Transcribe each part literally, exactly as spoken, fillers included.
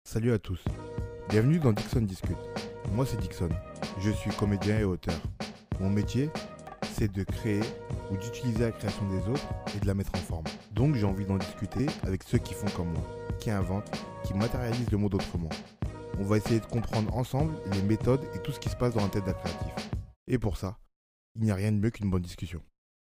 Salut à tous, bienvenue dans Dixon Discute. Moi c'est Dixon, je suis comédien et auteur. Mon métier, c'est de créer ou d'utiliser la création des autres et de la mettre en forme. Donc j'ai envie d'en discuter avec ceux qui font comme moi, qui inventent, qui matérialisent le monde autrement. On va essayer de comprendre ensemble les méthodes et tout ce qui se passe dans la tête d'un créatif. Et pour ça, il n'y a rien de mieux qu'une bonne discussion.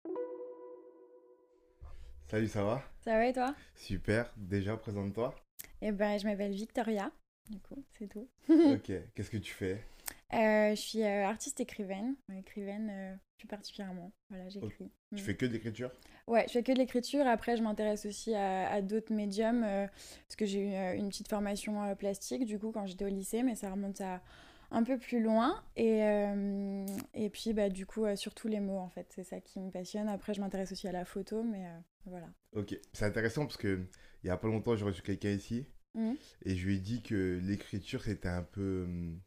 Salut, ça va? Ça va et toi? Super, déjà présente-toi. Eh ben, je m'appelle Victoria, du coup, c'est tout. Ok, qu'est-ce que tu fais? Euh, je suis euh, artiste écrivaine, ouais, écrivaine euh, plus particulièrement. Voilà, Oh, j'écris. tu Mm. fais que de l'écriture? Ouais, je fais que de l'écriture. Après, je m'intéresse aussi à, à d'autres médiums euh, parce que j'ai eu euh, une petite formation euh, plastique, du coup, quand j'étais au lycée, mais ça remonte à un peu plus loin. Et, euh, et puis, bah, du coup, euh, surtout les mots, en fait, c'est ça qui me passionne. Après, je m'intéresse aussi à la photo, mais euh, voilà. Ok, c'est intéressant parce que il y a pas longtemps j'ai reçu quelqu'un ici Mm. et je lui ai dit que l'écriture c'était un peu... hum,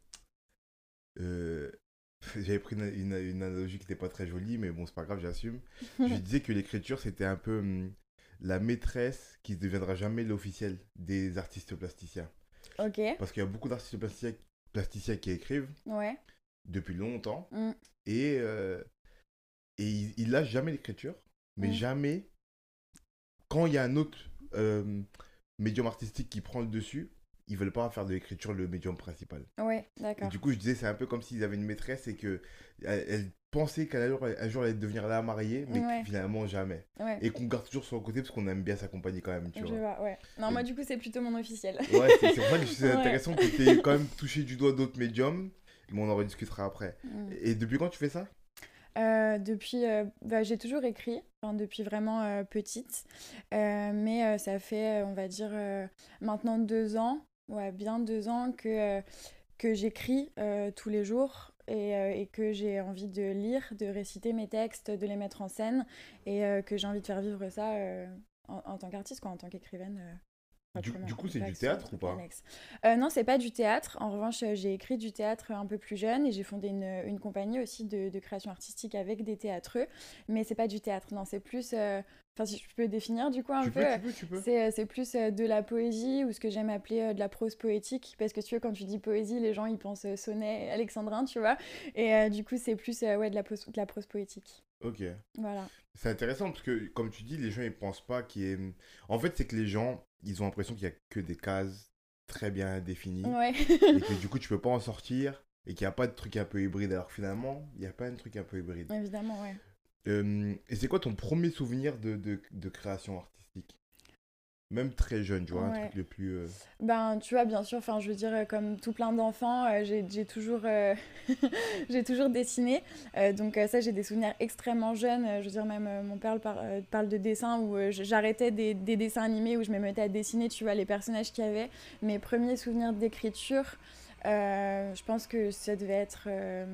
euh, j'avais pris une, une- une analogie qui n'était pas très jolie mais bon c'est pas grave j'assume. Je lui disais que l'écriture c'était un peu hum, la maîtresse qui ne deviendra jamais l'officiel des artistes plasticiens. Ok, Parce qu'il y a beaucoup d'artistes plasticiens, plasticiens qui écrivent ouais. depuis longtemps Mm. et, euh, et ils, ils lâchent jamais l'écriture mais Mm. jamais quand il y a un autre euh, médium artistique qui prend le dessus, ils veulent pas faire de l'écriture le médium principal. Ouais, Et d'accord. du coup, je disais, c'est un peu comme s'ils avaient une maîtresse et que elle, elle pensait qu'un jour, un jour elle allait devenir la mariée, mais que Ouais, finalement jamais. ouais. Et qu'on garde toujours sur le côté parce qu'on aime bien s'accompagner quand même, tu Je vois. vois, ouais. Non, Et moi, du coup, c'est plutôt mon officiel. ouais, c'est c'est pour ça que c'est Ouais. intéressant que tu aies quand même touché du doigt d'autres médiums, mais on en rediscutera après. Mm. Et depuis quand tu fais ça? Euh, depuis, euh, bah, j'ai toujours écrit, enfin, depuis vraiment euh, petite. Euh, mais euh, ça fait, euh, on va dire, euh, maintenant deux ans, ouais, bien deux ans que, euh, que j'écris euh, tous les jours. Et, euh, et que j'ai envie de lire, de réciter mes textes, de les mettre en scène, et euh, que j'ai envie de faire vivre ça euh, en, en tant qu'artiste, quoi, en tant qu'écrivaine. euh, Du, Proprement, du quoi. coup, c'est Pas du que ce soit un théâtre ou truc pas? annexe. Euh, non, c'est pas du théâtre. En revanche, euh, j'ai écrit du théâtre un peu plus jeune et j'ai fondé une, une compagnie aussi de, de création artistique avec des théâtreux. Mais c'est pas du théâtre, non, c'est plus. euh, Enfin, si je peux définir du coup un Tu peu, peux, euh, tu peux, tu peux. c'est, euh, c'est plus euh, de la poésie ou ce que j'aime appeler euh, de la prose poétique. Parce que tu vois, quand tu dis poésie, les gens ils pensent euh, sonnet alexandrin, tu vois. Et euh, du coup, c'est plus euh, ouais, de, la pos- de la prose poétique. Ok. Voilà. C'est intéressant parce que, comme tu dis, les gens ils pensent pas qu'il y ait. En fait, c'est que les gens ils ont l'impression qu'il y a que des cases très bien définies Ouais. et que du coup tu peux pas en sortir et qu'il n'y a pas de truc un peu hybride. Alors que finalement, il y a pas un truc un peu hybride. Évidemment, ouais. Euh, et c'est quoi ton premier souvenir de, de, de création artistique? Même très jeune, tu vois, un Ouais. truc le plus. euh, Ben, tu vois, bien sûr, enfin, je veux dire, euh, comme tout plein d'enfants, euh, j'ai j'ai toujours, euh, j'ai toujours dessiné. Euh, donc euh, ça, j'ai des souvenirs extrêmement jeunes. Euh, je veux dire, même euh, mon père par- euh, parle de dessins où euh, j'arrêtais des, des dessins animés où je me mettais à dessiner, tu vois, les personnages qu'il y avait. Mes premiers souvenirs d'écriture, euh, je pense que ça devait être euh,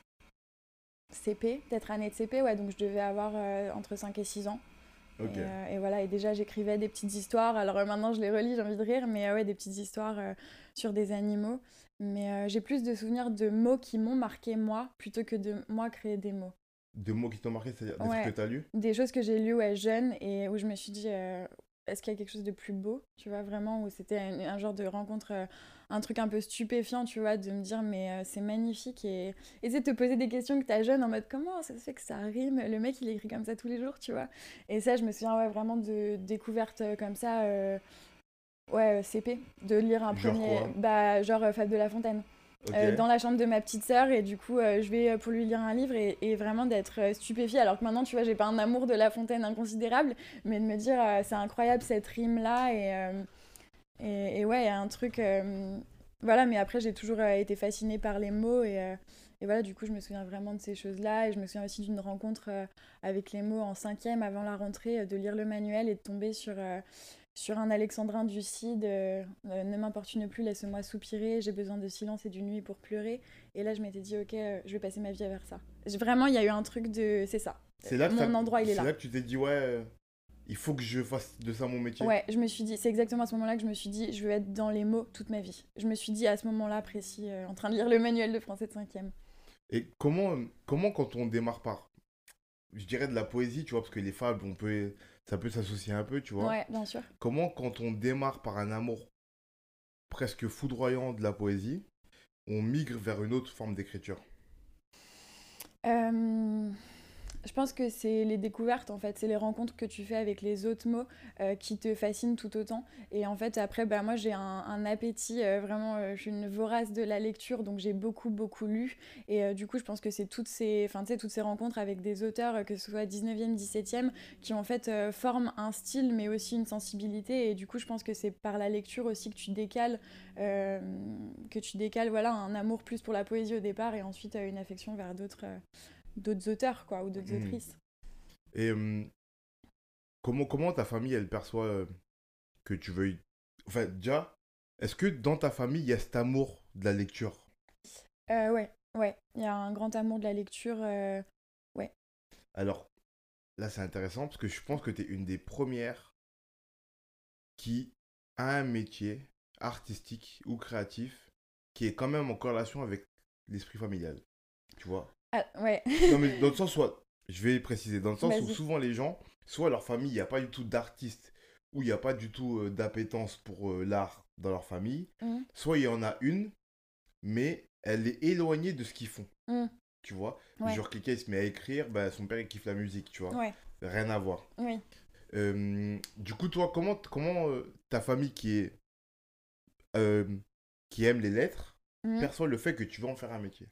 C P, peut-être année de C P, ouais, donc je devais avoir euh, entre cinq et six ans. Et, Ok. euh, et voilà, et déjà j'écrivais des petites histoires. Alors euh, maintenant je les relis, j'ai envie de rire, mais euh, ouais, des petites histoires euh, sur des animaux. Mais euh, j'ai plus de souvenirs de mots qui m'ont marqué moi, plutôt que de moi créer des mots. De mots qui t'ont marqué, c'est-à-dire des trucs que Ouais, t'as lus? des choses que j'ai lues ouais, jeune et où je me suis dit, euh, est-ce qu'il y a quelque chose de plus beau, tu vois, vraiment, où c'était un, un genre de rencontre, euh, un truc un peu stupéfiant, tu vois, de me dire, mais euh, c'est magnifique et essayer de te poser des questions que t'as jeune en mode, comment ça se fait que ça rime, le mec il écrit comme ça tous les jours, tu vois. Et ça, je me souviens, ouais, vraiment de découvertes euh, comme ça, euh, ouais, C P, de lire un Genre premier, quoi? bah, genre euh, Fable de La Fontaine Ok. euh, dans la chambre de ma petite sœur et du coup euh, je vais pour lui lire un livre et, et vraiment d'être euh, stupéfiée alors que maintenant tu vois j'ai pas un amour de La Fontaine inconsidérable mais de me dire euh, c'est incroyable cette rime là et, euh, et, et ouais il y a un truc euh, voilà mais après j'ai toujours euh, été fascinée par les mots et, euh, et voilà du coup je me souviens vraiment de ces choses là et je me souviens aussi d'une rencontre euh, avec les mots en cinquième avant la rentrée euh, de lire le manuel et de tomber sur euh, sur un alexandrin du Cid, euh, euh, ne m'importune plus, laisse-moi soupirer, j'ai besoin de silence et d'une nuit pour pleurer. Et là, je m'étais dit, ok, euh, je vais passer ma vie à faire ça. Vraiment, il y a eu un truc de. C'est ça. C'est là que Mon t'as- endroit, il est c'est là. là que tu t'es dit, ouais, euh, il faut que je fasse de ça mon métier. Ouais, je me suis dit, c'est exactement à ce moment-là que je me suis dit, je veux être dans les mots toute ma vie. Je me suis dit à ce moment-là précis, euh, en train de lire le manuel de français de cinquième. Et comment, comment quand on démarre par, je dirais de la poésie, tu vois, parce que les fables, on peut, ça peut s'associer un peu, tu vois. Ouais, bien sûr. Comment quand on démarre par un amour presque foudroyant de la poésie, on migre vers une autre forme d'écriture? Euh, Je pense que c'est les découvertes, en fait, c'est les rencontres que tu fais avec les autres mots euh, qui te fascinent tout autant. Et en fait, après, bah, moi, j'ai un, un appétit, euh, vraiment, euh, je suis une vorace de la lecture, donc j'ai beaucoup, beaucoup lu. Et euh, du coup, je pense que c'est toutes ces, enfin, tu sais, toutes ces rencontres avec des auteurs, euh, que ce soit dix-neuvième, dix-septième, qui en fait euh, forment un style, mais aussi une sensibilité. Et du coup, je pense que c'est par la lecture aussi que tu décales, euh, que tu décales, voilà, un amour plus pour la poésie au départ, et ensuite euh, une affection vers d'autres. Euh, d'autres auteurs quoi ou d'autres Hmm. autrices. Et hum, comment, comment ta famille, elle perçoit euh, que tu veuilles... Enfin, déjà, est-ce que dans ta famille, il y a cet amour de la lecture? Euh, ouais, ouais, il y a un grand amour de la lecture. Euh, ouais. Alors, là, c'est intéressant parce que je pense que tu es une des premières qui a un métier artistique ou créatif qui est quand même en corrélation avec l'esprit familial. Tu vois? Ah, ouais. Non, mais dans le sens où, je vais préciser, dans le sens où Vas-y. souvent les gens, soit leur famille, il n'y a pas du tout d'artiste, ou il n'y a pas du tout euh, d'appétence pour euh, l'art dans leur famille, Mm, soit il y en a une, mais elle est éloignée de ce qu'ils font, mm, tu vois. ouais, Genre quelqu'un il se met à écrire, bah, son père il kiffe la musique, tu vois. ouais, Rien à voir. oui. Euh, du coup, toi, comment, comment euh, ta famille qui est euh, qui aime les lettres Mm. perçoit le fait que tu veux en faire un métier?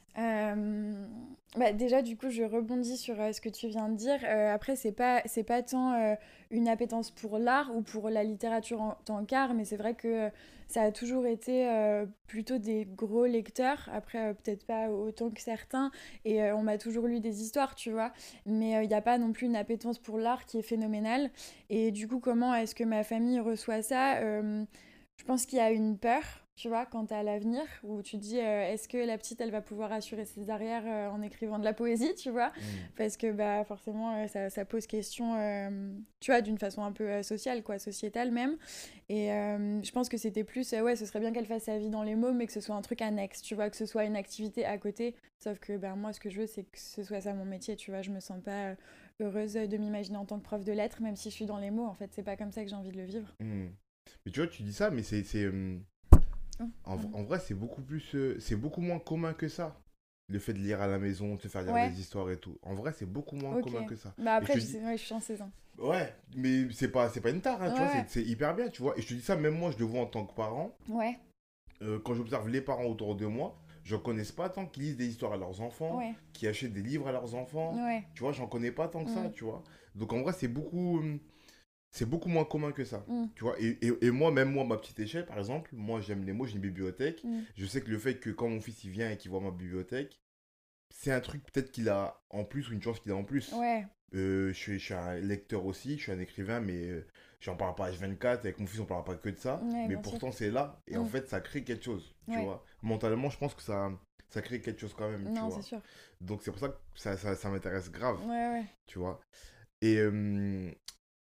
Euh, Bah déjà, du coup, je rebondis sur euh, ce que tu viens de dire. Euh, après, c'est pas, c'est pas tant euh, une appétence pour l'art ou pour la littérature en tant qu'art, mais c'est vrai que euh, ça a toujours été euh, plutôt des gros lecteurs. Après, euh, peut-être pas autant que certains. Et euh, on m'a toujours lu des histoires, tu vois. Mais il n'y a pas non plus une appétence pour l'art qui est phénoménale. Et du coup, comment est-ce que ma famille reçoit ça? Euh, Je pense qu'il y a une peur, tu vois, quant à l'avenir, où tu te dis, euh, est-ce que la petite, elle va pouvoir assurer ses arrières euh, en écrivant de la poésie, tu vois? Hmm. Parce que, bah, forcément, euh, ça, ça pose question, euh, tu vois, d'une façon un peu euh, sociale, quoi, sociétale même. Et euh, je pense que c'était plus, euh, ouais, ce serait bien qu'elle fasse sa vie dans les mots, mais que ce soit un truc annexe, tu vois, que ce soit une activité à côté. Sauf que, ben, moi, ce que je veux, c'est que ce soit ça mon métier, tu vois. Je me sens pas euh, heureuse de m'imaginer en tant que prof de lettres, même si je suis dans les mots, en fait, c'est pas comme ça que j'ai envie de le vivre. Hmm. Mais tu vois, tu dis ça, mais c'est, c'est, euh, Oh, En, v- pardon. en vrai, c'est beaucoup plus, euh, c'est beaucoup moins commun que ça. Le fait de lire à la maison, de se faire lire Ouais. des histoires et tout. En vrai, c'est beaucoup moins Ok. commun que ça. Bah Et je après, te je dis, sais, ouais, je suis chanceuse, hein. ouais, mais c'est pas, c'est pas une tare, hein, Ouais, tu vois, c'est ouais. c'est hyper bien, tu vois. Et je te dis ça, même moi, je le vois en tant que parent. Ouais, Euh, quand j'observe les parents autour de moi, je connais pas tant qui lisent des histoires à leurs enfants, ouais, qui achètent des livres à leurs enfants. ouais. Tu vois, j'en connais pas tant que ça, Mm, tu vois. Donc en vrai, c'est beaucoup, hum, c'est beaucoup moins commun que ça. mm, Tu vois, et, et, et moi, même moi, ma petite échelle, par exemple, moi, j'aime les mots, j'ai une bibliothèque. mm. Je sais que le fait que quand mon fils il vient et qu'il voit ma bibliothèque, c'est un truc peut-être qu'il a en plus ou une chance qu'il a en plus. Ouais, Euh, je, suis, je suis un lecteur aussi, je suis un écrivain, mais euh, j'en parle pas H vingt-quatre. Avec mon fils, on parle pas que de ça. ouais, Mais bien sûr. pourtant, c'est là. Et en Mm, fait, ça crée quelque chose, tu ouais. vois. Mentalement, je pense que ça, ça crée quelque chose quand même, tu Non, c'est vois. sûr. Donc, c'est pour ça que ça, ça, ça m'intéresse grave, Ouais, ouais. tu vois. Et euh,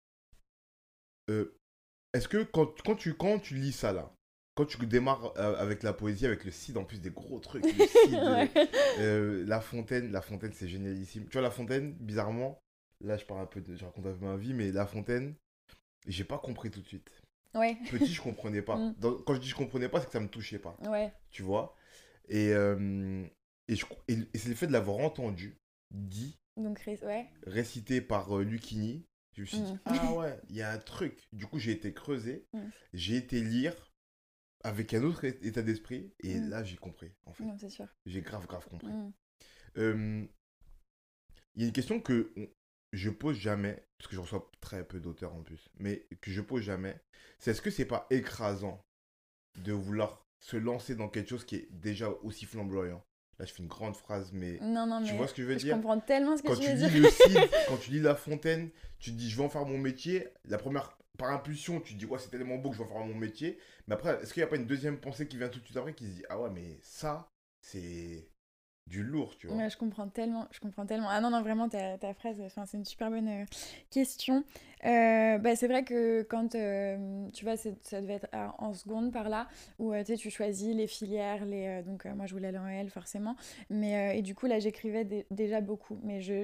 euh, est-ce que quand, quand, tu, quand tu lis ça, là, quand tu démarres euh, avec la poésie, avec le Cid, en plus des gros trucs, le Cid, euh, Ouais. euh, La Fontaine, La Fontaine, c'est génialissime. Tu vois, La Fontaine, bizarrement, là, je parle un peu de, je raconte un peu ma vie, mais La Fontaine, j'ai pas compris tout de suite. Ouais. Petit, je comprenais pas. Mm, Dans- quand je dis je comprenais pas, c'est que ça me touchait pas, ouais. tu vois. Et, euh, et, je- et- et c'est le fait de l'avoir entendu, dit, Donc, ré- ouais. récité par euh, Lucchini. Je me suis dit, Mm, ah ouais, il y a un truc. Du coup, j'ai été creuser, mm, j'ai été lire avec un autre é- état d'esprit, et mm. là, j'ai compris, en fait. Non, c'est sûr. J'ai grave, grave compris. Mm, Euh, Il y a une question que on- je pose jamais, parce que je reçois très peu d'auteurs en plus, mais que je pose jamais, c'est est-ce que c'est pas écrasant de vouloir se lancer dans quelque chose qui est déjà aussi flamboyant? Là, je fais une grande phrase, mais Non, non, tu vois mais ce que je veux je dire? comprends tellement ce que Quand tu tu veux lis dire. le Cid, quand tu lis La Fontaine, tu te dis je vais en faire mon métier. La première, par impulsion, tu te dis ouais, c'est tellement beau que je vais en faire mon métier. Mais après, est-ce qu'il n'y a pas une deuxième pensée qui vient tout de suite après qui se dit ah ouais, mais ça, c'est du lourd, tu vois? Ouais, je comprends tellement, je comprends tellement. Ah non, non, vraiment, ta, ta phrase, enfin, c'est une super bonne euh, question. Euh, bah, c'est vrai que quand, euh, tu vois, c'est- ça devait être à- en seconde par là, où euh, tu sais, tu choisis les filières, les, euh, donc euh, moi je voulais aller en L forcément, mais, euh, et du coup là j'écrivais dé- déjà beaucoup, mais je, je-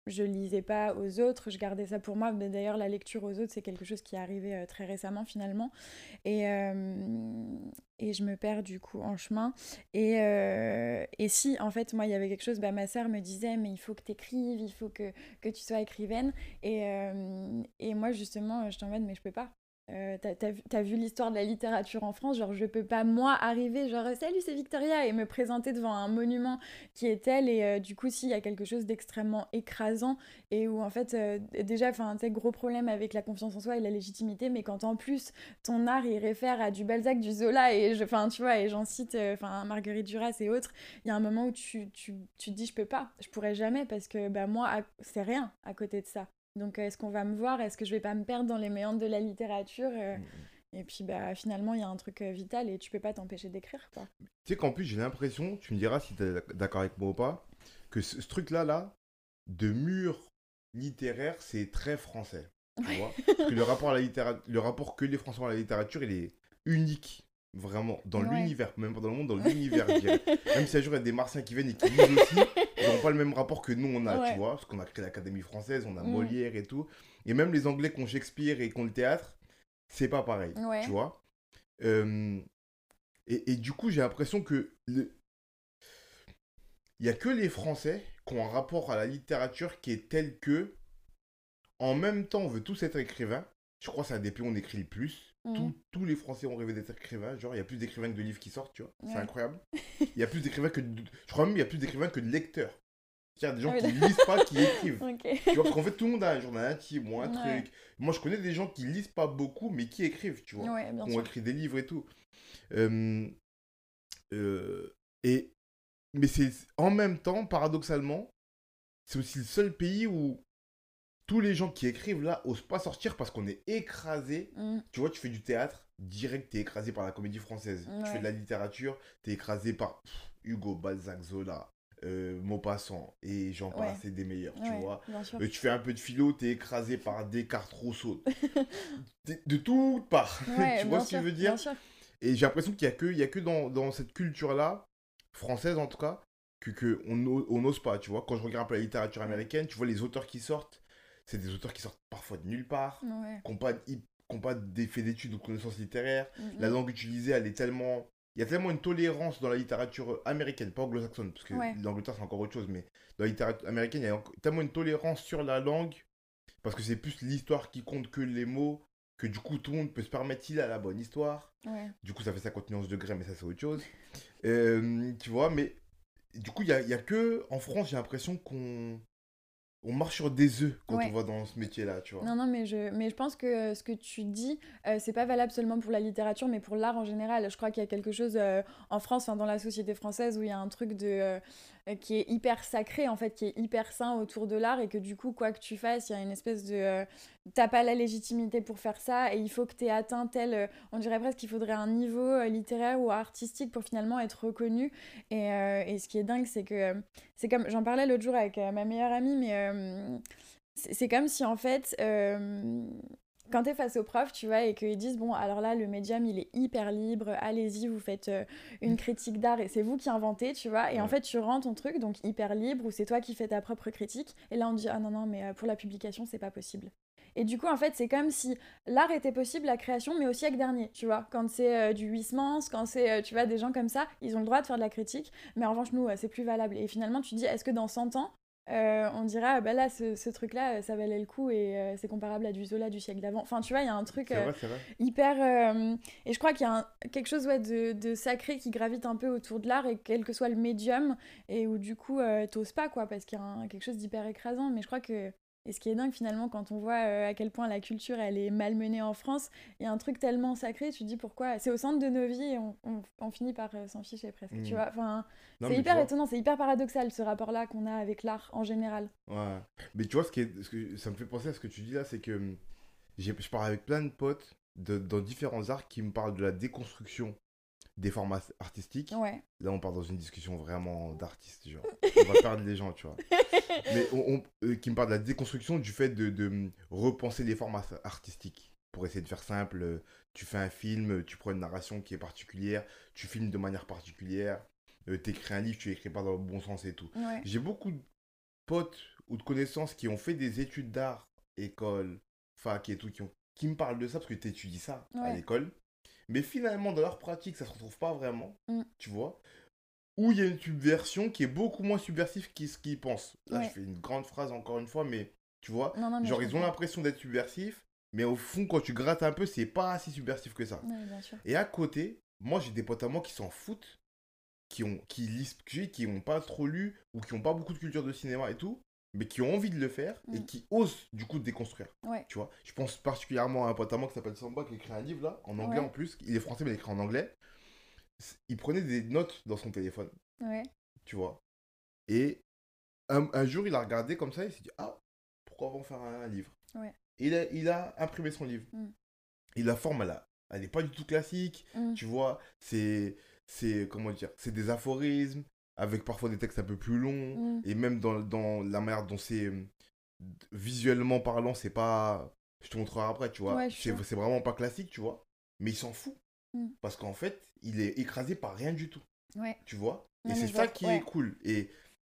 je lisais pas aux autres, je gardais ça pour moi. Mais d'ailleurs, la lecture aux autres, c'est quelque chose qui est arrivé euh, très récemment finalement. Et, euh, et je me perds du coup en chemin. Et, euh, et si, en fait, moi, il y avait quelque chose, bah, ma sœur me disait, mais il faut que tu écrives, il faut que, que tu sois écrivaine. Et, euh, et moi, justement, je suis en mode, mais je peux pas. Euh, t'as, t'as, t'as vu l'histoire de la littérature en France, genre je peux pas moi arriver genre salut c'est Victoria et me présenter devant un monument qui est tel et euh, du coup s'il y a quelque chose d'extrêmement écrasant et où en fait euh, déjà enfin tu gros problème avec la confiance en soi et la légitimité mais quand en plus ton art il réfère à du Balzac, du Zola et je enfin tu vois et j'en cite enfin euh, Marguerite Duras et autres, il y a un moment où tu, tu, tu te dis je peux pas, je pourrais jamais parce que bah moi à, c'est rien à côté de ça. Donc, est-ce qu'on va me voir? Est-ce que je vais pas me perdre dans les méandres de la littérature? Euh, Mm. Et puis, bah, finalement, il y a un truc euh, vital et tu peux pas t'empêcher d'écrire, quoi. Tu sais qu'en plus, j'ai l'impression, tu me diras si tu es d'accord avec moi ou pas, que ce, ce truc-là, là, de mur littéraire, c'est très français. Tu vois? Parce que le rapport, à la littéra- le rapport que les Français ont à la littérature, il est unique. Vraiment, dans Ouais. l'univers, même pas dans le monde, dans l'univers, je dirais. Même si un jour il y a des Martiens qui viennent et qui lisent aussi, ils n'auront pas le même rapport que nous on a, tu Ouais. vois, parce qu'on a créé l'Académie française, on a Mm. Molière et tout. Et même les Anglais qui ont Shakespeare et qui ont le théâtre, c'est pas pareil, tu Ouais. vois. Euh, et, et du coup, j'ai l'impression que le... il y a que les Français qui ont un rapport à la littérature qui est tel que, en même temps, on veut tous être écrivains. Je crois que c'est un des pays où on écrit le plus. Mm. Tous, tous les Français ont rêvé d'être écrivains. Genre, il y a plus d'écrivains que de livres qui sortent, tu vois. C'est Ouais. incroyable. Il y a plus d'écrivains que de... Je crois même qu'il y a plus d'écrivains que de lecteurs. Il y a des Ah gens oui, qui d'accord. lisent pas, qui écrivent. Ok. Tu vois, parce qu'en fait, tout le monde a un journal intime ou un Ouais. truc. Moi, je connais des gens qui lisent pas beaucoup, mais qui écrivent, tu vois. Ouais, bien Qui ont sûr. écrit des livres et tout. Euh, euh, et... Mais c'est en même temps, paradoxalement, c'est aussi le seul pays où tous les gens qui écrivent là osent pas sortir parce qu'on est écrasé. Mm. Tu vois, tu fais du théâtre, direct, t'es écrasé par la comédie française. Tu fais de Ouais. la littérature, t'es écrasé par pff, Hugo, Balzac, Zola, euh, Maupassant, et j'en Ouais. passe, c'est des meilleurs, tu Ouais, vois. bien sûr. Euh, tu fais un peu de philo, t'es écrasé par Descartes, Rousseau. De, de toutes parts, Ouais, tu vois bien ce que je sûr, veux dire? bien sûr. Et j'ai l'impression qu'il y a que, il y a que dans, dans cette culture-là, française en tout cas, que, que on n'o- on n'ose pas, tu vois. Quand je regarde un peu la littérature Ouais. américaine, tu vois les auteurs qui sortent, c'est des auteurs qui sortent parfois de nulle part, Ouais. qui n'ont pas, qui ont pas d'effet d'études ou de connaissances littéraires. La Mm, langue utilisée, elle est tellement... Il y a tellement une tolérance dans la littérature américaine, pas anglo-saxonne, parce que mm. Ouais. l'Angleterre c'est encore autre chose, mais dans la littérature américaine, il y a enco- tellement une tolérance sur la langue, parce que c'est plus l'histoire qui compte que les mots, que du coup tout le monde peut se permettre, il a la bonne histoire. Ouais. Du coup, ça fait cinquante nuances de degrés, mais ça, c'est autre chose. Euh, tu vois, mais du coup, il y a, il y a que en France, j'ai l'impression qu'on on marche sur des œufs quand on Ouais. va dans ce métier-là, tu vois. Non, non, mais je, mais je pense que euh, ce que tu dis, euh, c'est pas valable seulement pour la littérature, mais pour l'art en général. Je crois qu'il y a quelque chose euh, en France, enfin, dans la société française, où il y a un truc de, euh, euh, qui est hyper sacré, en fait, qui est hyper sain autour de l'art, et que du coup, quoi que tu fasses, il y a une espèce de... euh, t'as pas la légitimité pour faire ça, et il faut que t'aies atteint tel... euh, on dirait presque qu'il faudrait un niveau euh, littéraire ou artistique pour finalement être reconnu. Et, euh, et ce qui est dingue, c'est que... euh, c'est comme... J'en parlais l'autre jour avec euh, ma meilleure amie, mais... euh, c'est c'est comme si en fait, euh, quand tu es face aux profs, tu vois, et qu'ils disent, bon, alors là, le médium, il est hyper libre, allez-y, vous faites euh, une critique d'art et c'est vous qui inventez, tu vois, et en Ouais. fait, tu rends ton truc, donc hyper libre, ou c'est toi qui fais ta propre critique, et là, on dit, ah non, non, mais euh, pour la publication, c'est pas possible. Et du coup, en fait, c'est comme si l'art était possible, la création, mais au siècle dernier, tu vois. Quand c'est euh, du Huysmans, quand c'est, euh, tu vois, des gens comme ça, ils ont le droit de faire de la critique, mais en revanche, nous, euh, c'est plus valable. Et finalement, tu dis, est-ce que dans cent ans, euh, on dira, ah bah là, ce, ce truc-là, ça valait le coup et euh, c'est comparable à du Zola du siècle d'avant. Enfin, tu vois, il y a un truc C'est euh, vrai, c'est vrai. hyper... euh, et je crois qu'il y a un- quelque chose ouais, de, de sacré qui gravite un peu autour de l'art et quel que soit le médium, et où du coup, euh, t'oses pas, quoi, parce qu'il y a un- quelque chose d'hyper écrasant. Mais je crois que... Et ce qui est dingue, finalement, quand on voit euh, à quel point la culture, elle est malmenée en France, il y a un truc tellement sacré, tu te dis pourquoi... C'est au centre de nos vies et on, on- on finit par euh, s'en ficher presque, tu Hmm. vois. Enfin, Non, c'est mais tu hyper vois, étonnant, c'est hyper paradoxal, ce rapport-là qu'on a avec l'art en général. ouais. Mais tu vois, ce qui est, ce que, ça me fait penser à ce que tu dis là, c'est que hum, j'ai, je parle avec plein de potes de, dans différents arts qui me parlent de la déconstruction des formats artistiques. Ouais. Là, on part dans une discussion vraiment d'artistes, genre. On va perdre les gens, tu vois. Mais on, on- euh, qui me parle de la déconstruction du fait de, de, hum, repenser les formats artistiques. Pour essayer de faire simple, euh, tu fais un film, tu prends une narration qui est particulière, tu filmes de manière particulière, euh, t'écris un livre, tu l'écris pas dans le bon sens et tout. Ouais. J'ai beaucoup de potes ou de connaissances qui ont fait des études d'art, école, fac et tout, qui, ont, qui me parlent de ça parce que tu étudies ça à Ouais. l'école. Mais finalement, dans leur pratique, ça se retrouve pas vraiment, Mm. tu vois. Ou il y a une subversion qui est beaucoup moins subversive que ce qu'ils pensent. Là, je Ouais. fais une grande phrase encore une fois, mais tu vois, Non, non, mais genre je ils ont comprends. l'impression d'être subversifs, mais au fond, quand tu grattes un peu, c'est pas si subversif que ça. Ouais, bien sûr. Et à côté, moi, j'ai des potes à moi qui s'en foutent, qui ont, qui lisent, qui qui ont pas trop lu, ou qui ont pas beaucoup de culture de cinéma et tout, mais qui ont envie de le faire et Mm. qui osent du coup déconstruire. Ouais. Tu vois, je pense particulièrement à un pote à moi qui s'appelle Samba qui a écrit un livre là, en anglais Ouais. en plus. Il est français mais il écrit en anglais. Il prenait des notes dans son téléphone, Ouais. tu vois. Et un, un jour, il a regardé comme ça, il s'est dit, ah, pourquoi on va en faire un, un livre. Ouais. Et il a, il a imprimé son livre. Mm. Et la forme, elle, a- elle est pas du tout classique, Mm. tu vois. C'est, c'est, comment dire, c'est des aphorismes, avec parfois des textes un peu plus longs. Mm. Et même dans, dans la manière dont c'est euh, visuellement parlant, c'est pas... Je te montrerai après, tu vois. Ouais, je suis c'est, sûre. c'est vraiment pas classique, tu vois. Mais il s'en fout. Mm. Parce qu'en fait, il est écrasé par rien du tout, Ouais. tu vois. Ouais, Et mais c'est je ça vois. qui Ouais. est cool. Et,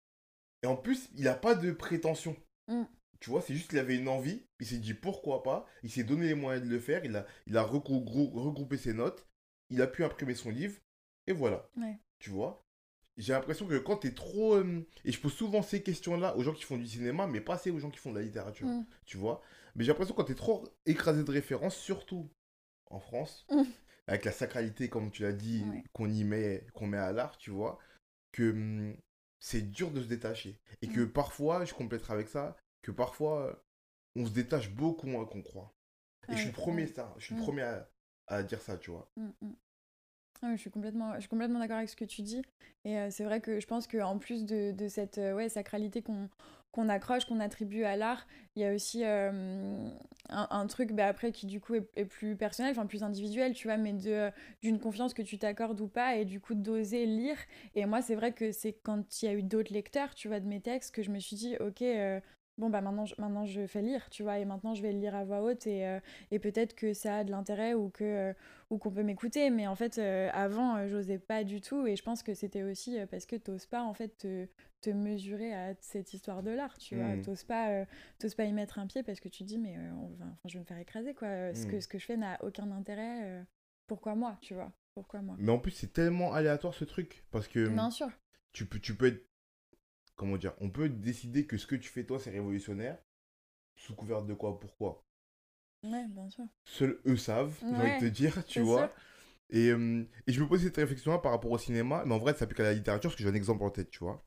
et en plus, il a pas de prétention. Mm. Tu vois, c'est juste qu'il avait une envie, il s'est dit pourquoi pas, il s'est donné les moyens de le faire, il a, il a regrou- grou- regroupé ses notes, il a pu imprimer son livre, et voilà. Ouais. Tu vois, j'ai l'impression que quand t'es trop... euh, et je pose souvent ces questions-là aux gens qui font du cinéma, mais pas assez aux gens qui font de la littérature, Mm. tu vois. Mais j'ai l'impression que quand t'es trop écrasé de références, surtout en France, Mm. avec la sacralité, comme tu l'as dit, Ouais. qu'on y met, qu'on met à l'art, tu vois, que hum, c'est dur de se détacher. Et que Mm. parfois, je compléterai avec ça, que parfois, on se détache beaucoup moins qu'on croit. Ah Et je suis oui, le premier, ouais. ça, je suis le Mm. premier à, à dire ça, tu vois. Mm, mm. Ah oui, je suis complètement, je suis complètement d'accord avec ce que tu dis. Et euh, c'est vrai que je pense qu'en plus de, de cette euh, ouais, sacralité qu'on qu'on accroche, qu'on attribue à l'art, il y a aussi euh, un, un truc bah, après qui du coup est, est plus personnel, enfin plus individuel, tu vois, mais de, euh, d'une confiance que tu t'accordes ou pas, et du coup d'oser lire. Et moi, c'est vrai que c'est quand il y a eu d'autres lecteurs, tu vois, de mes textes, que je me suis dit, ok, euh, bon, bah maintenant je, maintenant je fais lire, tu vois, et maintenant je vais le lire à voix haute, et, euh, et peut-être que ça a de l'intérêt ou que... euh, ou qu'on peut m'écouter, mais en fait euh, avant euh, j'osais pas du tout, et je pense que c'était aussi euh, parce que t'oses pas en fait te, te mesurer à cette histoire de l'art, tu vois, Mm, t'oses pas, euh, t'oses pas y mettre un pied parce que tu te dis mais euh, on va- enfin, je vais me faire écraser quoi. Euh, ce que, mm. ce que je fais n'a aucun intérêt, euh, pourquoi moi, tu vois, pourquoi moi. Mais en plus, c'est tellement aléatoire ce truc. Parce que hum, Bien sûr. tu peux, tu peux être. Comment dire? On peut décider que ce que tu fais toi, c'est révolutionnaire. Sous couvert de quoi? Pourquoi? Ouais, bien sûr. Seuls eux savent, j'ai envie de te Ouais, dire, tu c'est sûr. vois. Et, hum, et je me pose cette réflexion-là par rapport au cinéma, mais en vrai, ça s'applique à la littérature, parce que j'ai un exemple en tête, tu vois.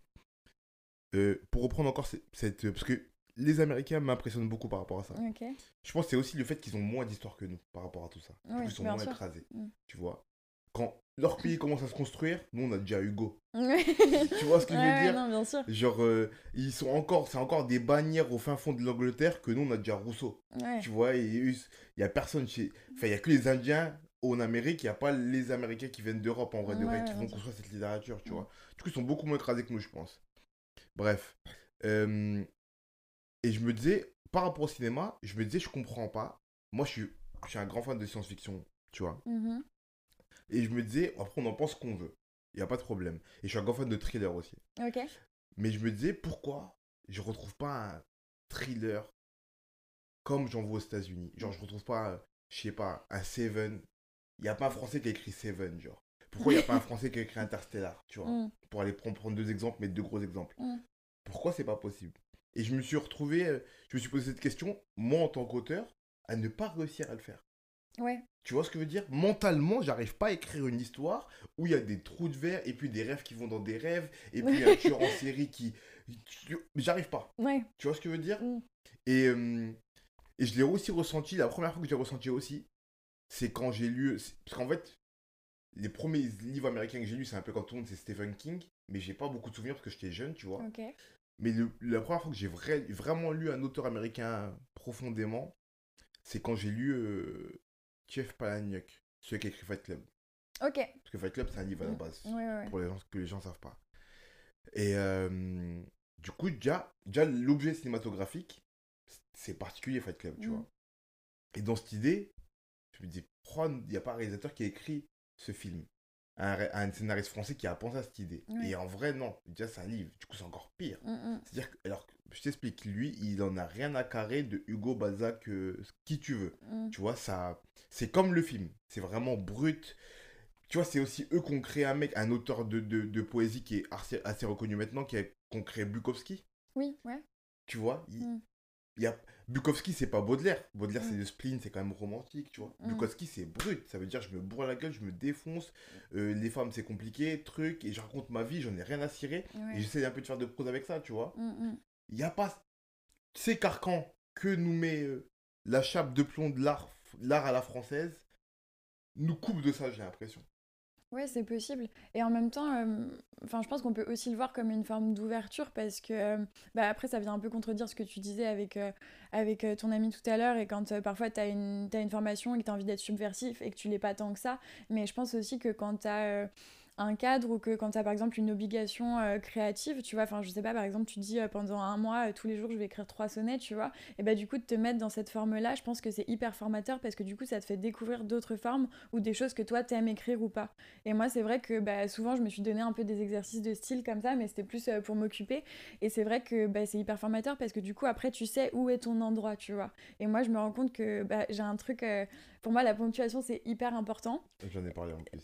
Euh, pour reprendre encore cette, cette- parce que les Américains m'impressionnent beaucoup par rapport à ça. Ok. Je pense que c'est aussi le fait qu'ils ont moins d'histoire que nous par rapport à tout ça. Du coup, Oui, ils sont bien moins sûr. écrasés, Mm. tu vois. Quand leur pays commence à se construire, nous, on a déjà Hugo. Ouais, Tu vois ce que je veux ouais, dire? non, bien sûr. Genre, euh, ils sont encore, c'est encore des bannières au fin fond de l'Angleterre que nous, on a déjà Rousseau. Ouais. Tu vois, et eux, il y a personne chez... Enfin, il y a que les Indiens en Amérique, il n'y a pas les Américains qui viennent d'Europe, en vrai de Ouais, vrai, ouais, qui bien vont sûr. construire cette littérature, tu Mm. vois. Du coup, ils sont beaucoup moins écrasés que nous, je pense. Bref. Euh, et je me disais, par rapport au cinéma, je me disais, je comprends pas. Moi, je suis, je suis un grand fan de science-fiction, tu vois. Mhm. Et je me disais, après, on en pense ce qu'on veut. Il n'y a pas de problème. Et je suis un grand fan de thriller aussi. Ok. Mais je me disais, pourquoi je retrouve pas un thriller comme j'en vois aux États-Unis? Genre, je retrouve pas, euh, je sais pas, un Seven. Il n'y a pas un Français qui a écrit Seven, genre. Pourquoi il n'y a pas un Français qui a écrit Interstellar, tu vois? Mm. Pour aller prendre, prendre deux exemples, mais deux gros exemples. Mm. Pourquoi c'est pas possible? Et je me suis retrouvé, euh, je me suis posé cette question, moi en tant qu'auteur, à ne pas réussir à le faire. Ouais. Tu vois ce que je veux dire? Mentalement, j'arrive pas à écrire une histoire où il y a des trous de verre et puis des rêves qui vont dans des rêves et puis un tueur en série qui... J'arrive pas. Ouais. Tu vois ce que je veux dire? Mm. Et, euh, et je l'ai aussi ressenti, la première fois que j'ai ressenti aussi, c'est quand j'ai lu... c'est- Parce qu'en fait, les premiers livres américains que j'ai lus, c'est un peu comme tout le monde, c'est Stephen King, mais j'ai pas beaucoup de souvenirs parce que j'étais jeune, tu vois. Ok. Mais le- la première fois que j'ai vrai- vraiment lu un auteur américain profondément, c'est quand j'ai lu euh, Jeff Palahniuk, celui qui a écrit Fight Club. Ok. Parce que Fight Club, c'est un livre à la Mm. base, Ouais, ouais, ouais. pour les gens que les gens savent pas. Et euh, du coup, déjà, déjà l'objet cinématographique, c'est particulier Fight Club, tu Mm. vois. Et dans cette idée, je me dis, pourquoi il n'y a pas un réalisateur qui a écrit ce film? un, ré- un scénariste français qui a pensé à cette idée. Ouais. Et en vrai, non. Déjà, c'est un livre. Du coup, c'est encore pire. Mm, mm. C'est-à-dire que, alors, je t'explique, lui, il en a rien à carrer de Hugo Balzac, euh, qui tu veux. Mm. Tu vois, ça, c'est comme le film. C'est vraiment brut. Tu vois, c'est aussi eux qui ont créé un mec, un auteur de, de, de poésie qui est assez, assez reconnu maintenant, qui a, qui ont créé Bukowski. Oui, ouais. Tu vois, il, Mm, il y a... Bukowski, c'est pas Baudelaire. Baudelaire, c'est mm, le spleen, c'est quand même romantique, tu vois. mm. Bukowski, c'est brut. Ça veut dire, je me bourre la gueule, je me défonce. Euh, les femmes, c'est compliqué, truc. Et je raconte ma vie, j'en ai rien à cirer. Et Ouais. j'essaie un peu de faire de prose avec ça, tu vois. Mm, mm. Il n'y a pas ces carcans que nous met euh, la chape de plomb de l'art, l'art à la française, nous coupe de ça, j'ai l'impression. Ouais, c'est possible. Et en même temps, euh, enfin, je pense qu'on peut aussi le voir comme une forme d'ouverture parce que, euh, bah, après, ça vient un peu contredire ce que tu disais avec, euh, avec euh, ton ami tout à l'heure et quand euh, parfois tu as une, t'as une formation et que tu as envie d'être subversif et que tu l'es pas tant que ça. Mais je pense aussi que quand tu as un cadre ou que quand tu as par exemple une obligation euh, créative, tu vois, enfin, je sais pas, par exemple, tu dis euh, pendant un mois, euh, tous les jours, je vais écrire trois sonnets, tu vois, et bah, du coup, de te mettre dans cette forme-là, je pense que c'est hyper formateur parce que du coup, ça te fait découvrir d'autres formes ou des choses que toi, t'aimes écrire ou pas. Et moi, c'est vrai que bah, souvent, je me suis donné un peu des exercices de style comme ça, mais c'était plus euh, pour m'occuper. Et c'est vrai que bah, c'est hyper formateur parce que du coup, après, tu sais où est ton endroit, tu vois. Et moi, je me rends compte que bah, j'ai un truc. Euh, pour moi, la ponctuation, c'est hyper important. J'en ai parlé en plus.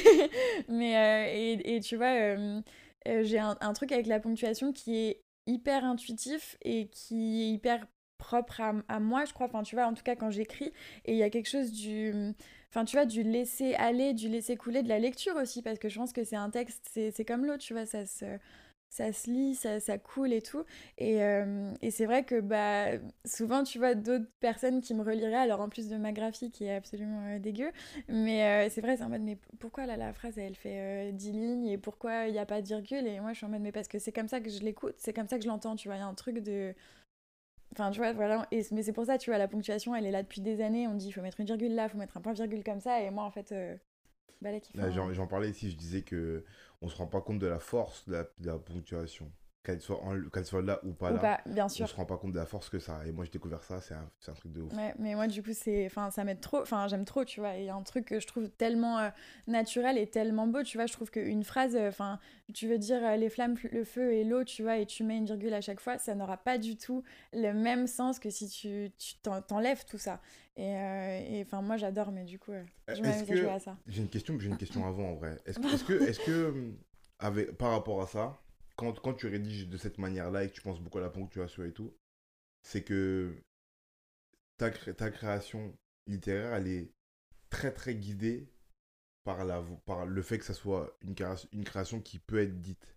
mais euh, et, et tu vois, euh, euh, j'ai un, un truc avec la ponctuation qui est hyper intuitif et qui est hyper propre à, à moi, je crois. Enfin, tu vois, en tout cas, quand j'écris, et il y a quelque chose du. Enfin, tu vois, du laisser aller, du laisser couler, de la lecture aussi, parce que je pense que c'est un texte, c'est c'est comme l'autre, tu vois, ça se, ça se lit, ça, ça coule et tout. Et, euh, et c'est vrai que bah, souvent, tu vois, d'autres personnes qui me reliraient, alors en plus de ma graphie qui est absolument euh, dégueu, mais euh, c'est vrai, c'est en mode, mais pourquoi là, la phrase, elle fait euh, dix lignes et pourquoi il n'y a pas de virgule? Et moi, je suis en mode, mais parce que c'est comme ça que je l'écoute, c'est comme ça que je l'entends, tu vois, il y a un truc de. Enfin, tu vois, voilà. Et, mais c'est pour ça, tu vois, la ponctuation, elle est là depuis des années. On dit, il faut mettre une virgule là, il faut mettre un point-virgule comme ça. Et moi, en fait, euh, bah là, qui Là, font. J'en j'en parlais ici, je disais que on se rend pas compte de la force de la, de la ponctuation. Qu'elle soit, en- qu'elle soit là ou pas Ou là, pas, bien on sûr. se rend pas compte de la force que ça a. Et moi, j'ai découvert ça, c'est un, c'est un truc de ouf. Ouais, mais moi, du coup, c'est, enfin, ça m'aide trop. Enfin, j'aime trop, tu vois. Il y a un truc que je trouve tellement euh, naturel et tellement beau, tu vois. Je trouve qu'une phrase, euh, enfin, tu veux dire euh, les flammes, le feu et l'eau, tu vois, et tu mets une virgule à chaque fois, ça n'aura pas du tout le même sens que si tu, tu t'en- t'enlèves tout ça. Et, euh, et, enfin, moi, j'adore, mais du coup, euh, Euh, je Est-ce m'amuse à jouer que à ça. j'ai une question, j'ai une question avant en vrai. Est-ce que, est-ce que, Pardon. est-ce que, hum, avec, par rapport à ça, quand, quand tu rédiges de cette manière-là et que tu penses beaucoup à la ponctuation et tout, c'est que ta, cré- ta création littéraire, elle est très très guidée par, la, vo- par le fait que ça soit une, création- une création qui peut être dite.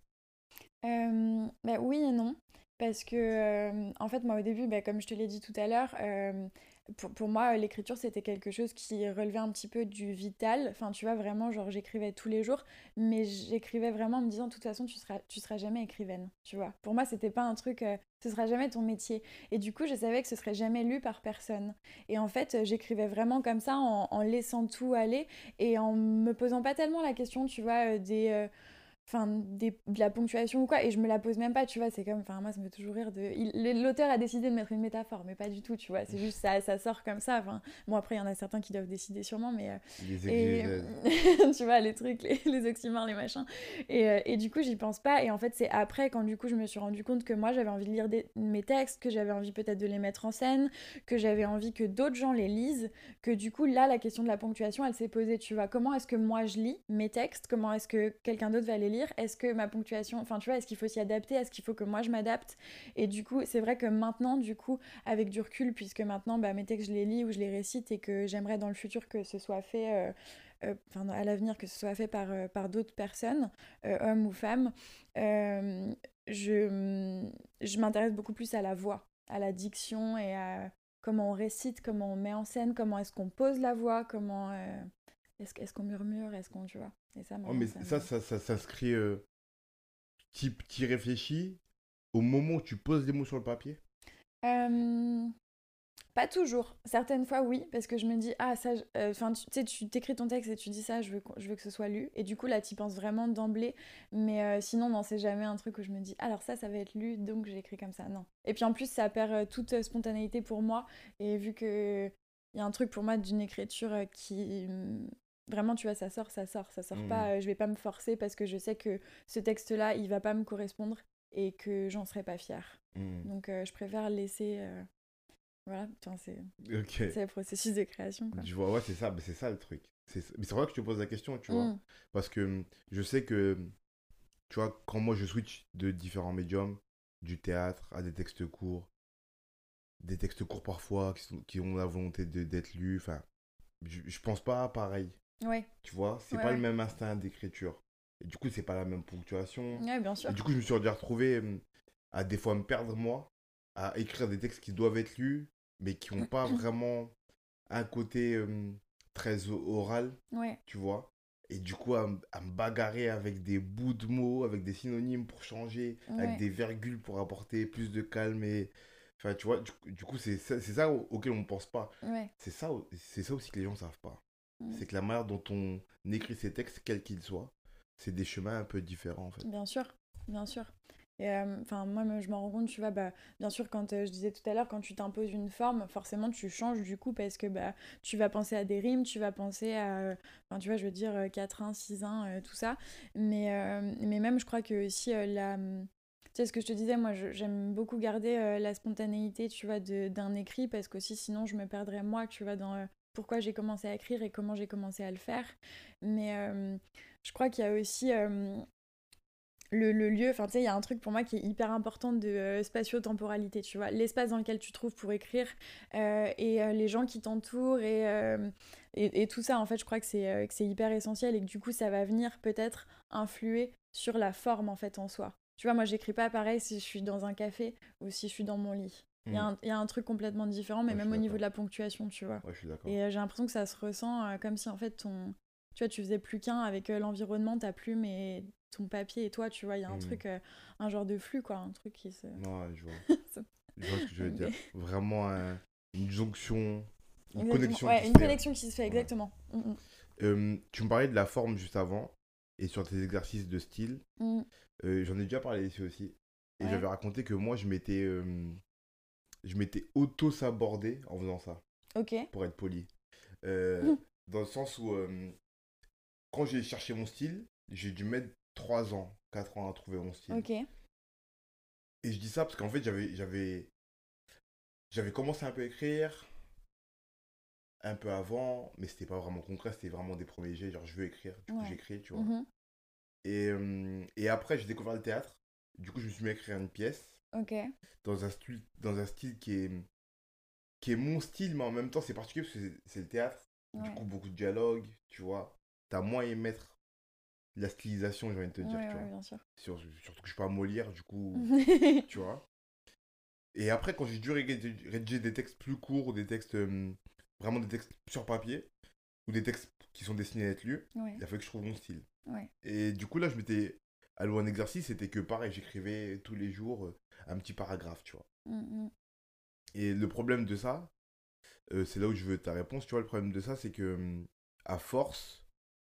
Euh, bah oui et non. Parce que, euh, en fait, moi, au début, bah, comme je te l'ai dit tout à l'heure, euh, pour, pour moi, l'écriture, c'était quelque chose qui relevait un petit peu du vital. Enfin, tu vois, vraiment, genre, j'écrivais tous les jours, mais j'écrivais vraiment en me disant, de toute façon, tu seras, tu seras jamais écrivaine, tu vois. Pour moi, c'était pas un truc, euh, ce sera jamais ton métier. Et du coup, je savais que ce serait jamais lu par personne. Et en fait, euh, j'écrivais vraiment comme ça, en, en laissant tout aller et en me posant pas tellement la question, tu vois, euh, des... euh, enfin des, de la ponctuation ou quoi, et je me la pose même pas, tu vois, c'est comme, enfin moi ça me fait toujours rire de, il- l'auteur a décidé de mettre une métaphore, mais pas du tout, tu vois, c'est juste ça, ça sort comme ça, enfin, bon après il y en a certains qui doivent décider sûrement, mais, euh, Les et exégèses. tu vois, les trucs, les, les oxymores, les machins, et, euh, et du coup j'y pense pas, et en fait c'est après, quand du coup je me suis rendu compte que moi j'avais envie de lire des, mes textes, que j'avais envie peut-être de les mettre en scène, que j'avais envie que d'autres gens les lisent, que du coup là la question de la ponctuation elle s'est posée, tu vois, comment est-ce que moi je lis mes textes, comment est-ce que quelqu'un d'autre va les lire, est-ce que ma ponctuation, enfin tu vois, est-ce qu'il faut s'y adapter, est-ce qu'il faut que moi je m'adapte, et du coup c'est vrai que maintenant du coup avec du recul, puisque maintenant bah, mes textes je les lis ou je les récite et que j'aimerais dans le futur que ce soit fait euh, euh, enfin à l'avenir que ce soit fait par, euh, par d'autres personnes, euh, hommes ou femmes, euh, je, je m'intéresse beaucoup plus à la voix, à la diction et à comment on récite, comment on met en scène, comment est-ce qu'on pose la voix, comment euh, est-ce, est-ce qu'on murmure, est-ce qu'on, tu vois. Et ça, Oh, maintenant, mais ça ça, me... ça, ça, ça se crée. Euh, t'y, t'y réfléchis au moment où tu poses les mots sur le papier. Euh, pas toujours. Certaines fois, oui, parce que je me dis, ah, ça, enfin, tu sais, tu t'écris ton texte et tu dis ça, je veux, je veux que ce soit lu. Et du coup, là, tu penses vraiment d'emblée. Mais euh, sinon, non, c'est jamais un truc où je me dis, alors ça, ça va être lu, donc j'écris comme ça. Non. Et puis en plus, ça perd euh, toute euh, spontanéité pour moi. Et vu que il y a un truc pour moi d'une écriture euh, qui, vraiment, tu vois, ça sort, ça sort, ça sort Mhm. pas. euh, je vais pas me forcer parce que je sais que ce texte-là, il va pas me correspondre et que j'en serai pas fière. Mhm. Donc, euh, je préfère laisser. euh, voilà, enfin, c'est Ok. c'est le processus de création, quoi. Je vois, ouais, c'est ça, mais c'est ça le truc. C'est... Mais c'est vrai que je te pose la question, tu vois. Mm. Parce que hum, je sais que, tu vois, quand moi je switch de différents médiums, du théâtre à des textes courts, des textes courts parfois qui, sont- qui ont la volonté de- d'être lus, enfin, je, je pense pas pareil, Ouais, tu vois. C'est ouais, pas le ouais. même instinct d'écriture. Et du coup, c'est pas la même ponctuation. Ouais, bien Et sûr. du coup, je me suis déjà retrouvé hum, à des fois me perdre, moi, à écrire des textes qui doivent être lus, mais qui n'ont pas vraiment un côté euh, très o- oral, Ouais, tu vois. Et du coup, à, m- à me bagarrer avec des bouts de mots, avec des synonymes pour changer, avec ouais, des virgules pour apporter plus de calme. Et... Enfin, tu vois, du, coup, du coup, c'est ça, c'est ça au- auquel on ne pense pas. ouais. C'est ça, au- c'est ça aussi que les gens ne savent pas. Mm. C'est que la manière dont on écrit ces textes, quels qu'ils soient, c'est des chemins un peu différents, en fait. Bien sûr, bien sûr. Et euh, enfin, moi, me- je m'en rends compte, tu vois, bah, bien sûr, quand euh, je disais tout à l'heure, quand tu t'imposes une forme, forcément, tu changes du coup parce que bah, tu vas penser à des rimes, tu vas penser à, euh, enfin, tu vois, je veux dire, euh, quatre un, six un, euh, tout ça. Mais, euh, mais même, je crois que aussi, euh, la. hum, Tu sais, ce que je te disais, moi, je- j'aime beaucoup garder euh, la spontanéité, tu vois, de- d'un écrit parce qu'aussi, sinon, je me perdrais moi, tu vois, dans euh, pourquoi j'ai commencé à écrire et comment j'ai commencé à le faire. Mais euh, je crois qu'il y a aussi. euh, le, le lieu, enfin tu sais, il y a un truc pour moi qui est hyper important de euh, spatio-temporalité, tu vois, l'espace dans lequel tu te trouves pour écrire euh, et euh, les gens qui t'entourent et, euh, et, et tout ça, en fait, je crois que c'est euh, que c'est hyper essentiel et que du coup, ça va venir peut-être influer sur la forme en fait en soi. Tu vois, moi, j'écris pas pareil si je suis dans un café ou si je suis dans mon lit. Il y, a Hmm. un- il y a un truc complètement différent, mais Ouais, je même suis au niveau de d'accord. la ponctuation, tu vois. Ouais, je suis d'accord. Et euh, j'ai l'impression que ça se ressent euh, comme si en fait ton, tu vois, tu faisais plus qu'un avec euh, l'environnement, ta plume et ton papier et toi, tu vois, il y a un Hmm. truc, euh, un genre de flux, quoi, un truc qui se... Ouais, je vois. se- Je vois ce que je veux dire. Mais- Vraiment un- une jonction, une Exactement, connexion qui ouais, se une fait. connexion qui se fait, Ouais. exactement. Mm, Euh, tu me parlais de la forme juste avant et sur tes exercices de style. mm, mm. Euh, j'en ai déjà parlé ici aussi. Et Ouais, j'avais raconté que moi, je m'étais euh, je m'étais auto-sabordé en faisant ça, ok, pour être poli. Euh, Dans le sens où, euh, quand j'ai cherché mon style, j'ai dû mettre trois ans, quatre ans à trouver mon style. ok, Et je dis ça parce qu'en fait, j'avais, j'avais, j'avais commencé un peu à écrire, un peu avant, mais c'était pas vraiment concret, c'était vraiment des premiers jets, genre je veux écrire, du coup ouais. j'écris, tu vois. Mhm. Et, euh, et après, j'ai découvert le théâtre, du coup je me suis mis à écrire une pièce, Ok, dans un style, dans un style qui est, qui est mon style, mais en même temps c'est particulier parce que c'est c'est le théâtre, du ouais, coup beaucoup de dialogue, tu vois. T'as moins à y mettre la stylisation, j'ai envie de te ouais, dire, tu ouais, vois. bien sûr. Sur- surtout que je suis pas Molière, du coup, tu vois. Et après, quand j'ai dû rédiger rédiger des textes plus courts, ou des textes, euh, vraiment des textes sur papier, ou des textes qui sont destinés à être lus, Ouais, il a fallu que je trouve mon style. ouais. Et du coup, là, je m'étais alloué un exercice, c'était que pareil, j'écrivais tous les jours euh, un petit paragraphe, tu vois. Mm, mm. Et le problème de ça, euh, c'est là où je veux ta réponse, tu vois, le problème de ça, c'est que, hum, à force,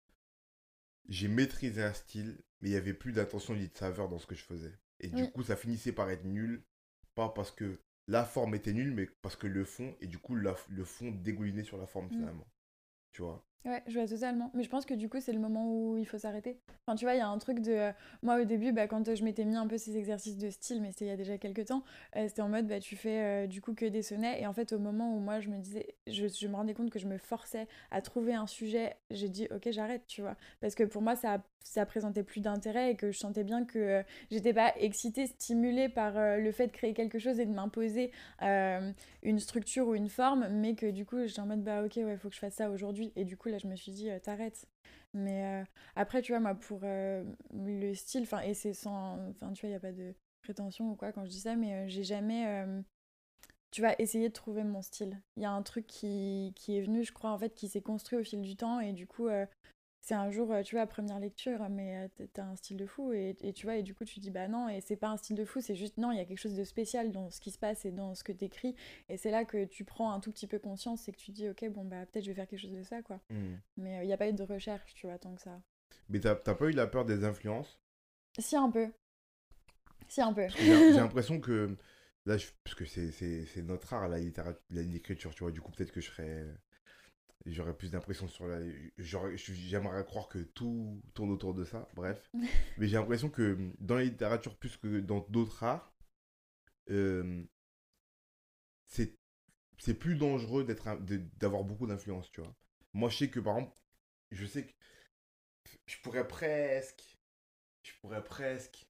j'ai maîtrisé un style, mais il n'y avait plus d'attention ni de saveur dans ce que je faisais. Et du Oui, coup, ça finissait par être nul, pas parce que la forme était nulle, mais parce que le fond, et du coup, la- le fond dégoulinait sur la forme mm. finalement. Tu vois. Ouais, je vois totalement. Mais je pense que du coup, c'est le moment où il faut s'arrêter. Enfin, tu vois, il y a un truc de. euh, moi, au début, bah, quand euh, je m'étais mis un peu ces exercices de style, mais c'était il y a déjà quelques temps, euh, c'était en mode, bah, tu fais euh, du coup que des sonnets. Et en fait, au moment où moi, je me disais. Je, je me rendais compte que je me forçais à trouver un sujet, j'ai dit, ok, j'arrête, tu vois. Parce que pour moi, ça, ça présentait plus d'intérêt et que je sentais bien que euh, j'étais pas excitée, stimulée par euh, le fait de créer quelque chose et de m'imposer. euh, une structure ou une forme, mais que du coup, j'étais en mode, bah ok, ouais, faut que je fasse ça aujourd'hui. Et du coup, là, je me suis dit, euh, t'arrêtes. Mais euh, après, tu vois, moi, pour euh, le style, enfin, et c'est sans. Enfin, tu vois, il n'y a pas de prétention ou quoi quand je dis ça, mais euh, j'ai jamais. euh, tu vas essayer de trouver mon style. Il y a un truc qui, qui est venu, je crois, en fait, qui s'est construit au fil du temps, et du coup, euh, c'est un jour, euh, tu vois, première lecture, mais euh, t'as un style de fou, et, et tu vois, et du coup, tu dis, bah non, et c'est pas un style de fou, c'est juste, non, il y a quelque chose de spécial dans ce qui se passe et dans ce que t'écris, et c'est là que tu prends un tout petit peu conscience, et que tu dis, ok, bon, bah peut-être je vais faire quelque chose de ça, quoi. Hmm. Mais il euh, n'y a pas eu de recherche, tu vois, tant que ça. Mais t'as t'as pas eu la peur des influences? Si, un peu. Si, un peu. Parce que j'ai j'ai l'impression que, là, je- parce que c'est c'est- c'est notre art, la littérature, l'écriture, tu vois, du coup, peut-être que je serais. j'aurais plus d'impression sur la... J'aurais, j'aimerais croire que tout tourne autour de ça, bref. Mais j'ai l'impression que dans la littérature, plus que dans d'autres arts, euh, c'est, c'est plus dangereux d'être, un- de- d'avoir beaucoup d'influence, tu vois. Moi, je sais que, par exemple, je sais que je pourrais presque, je pourrais presque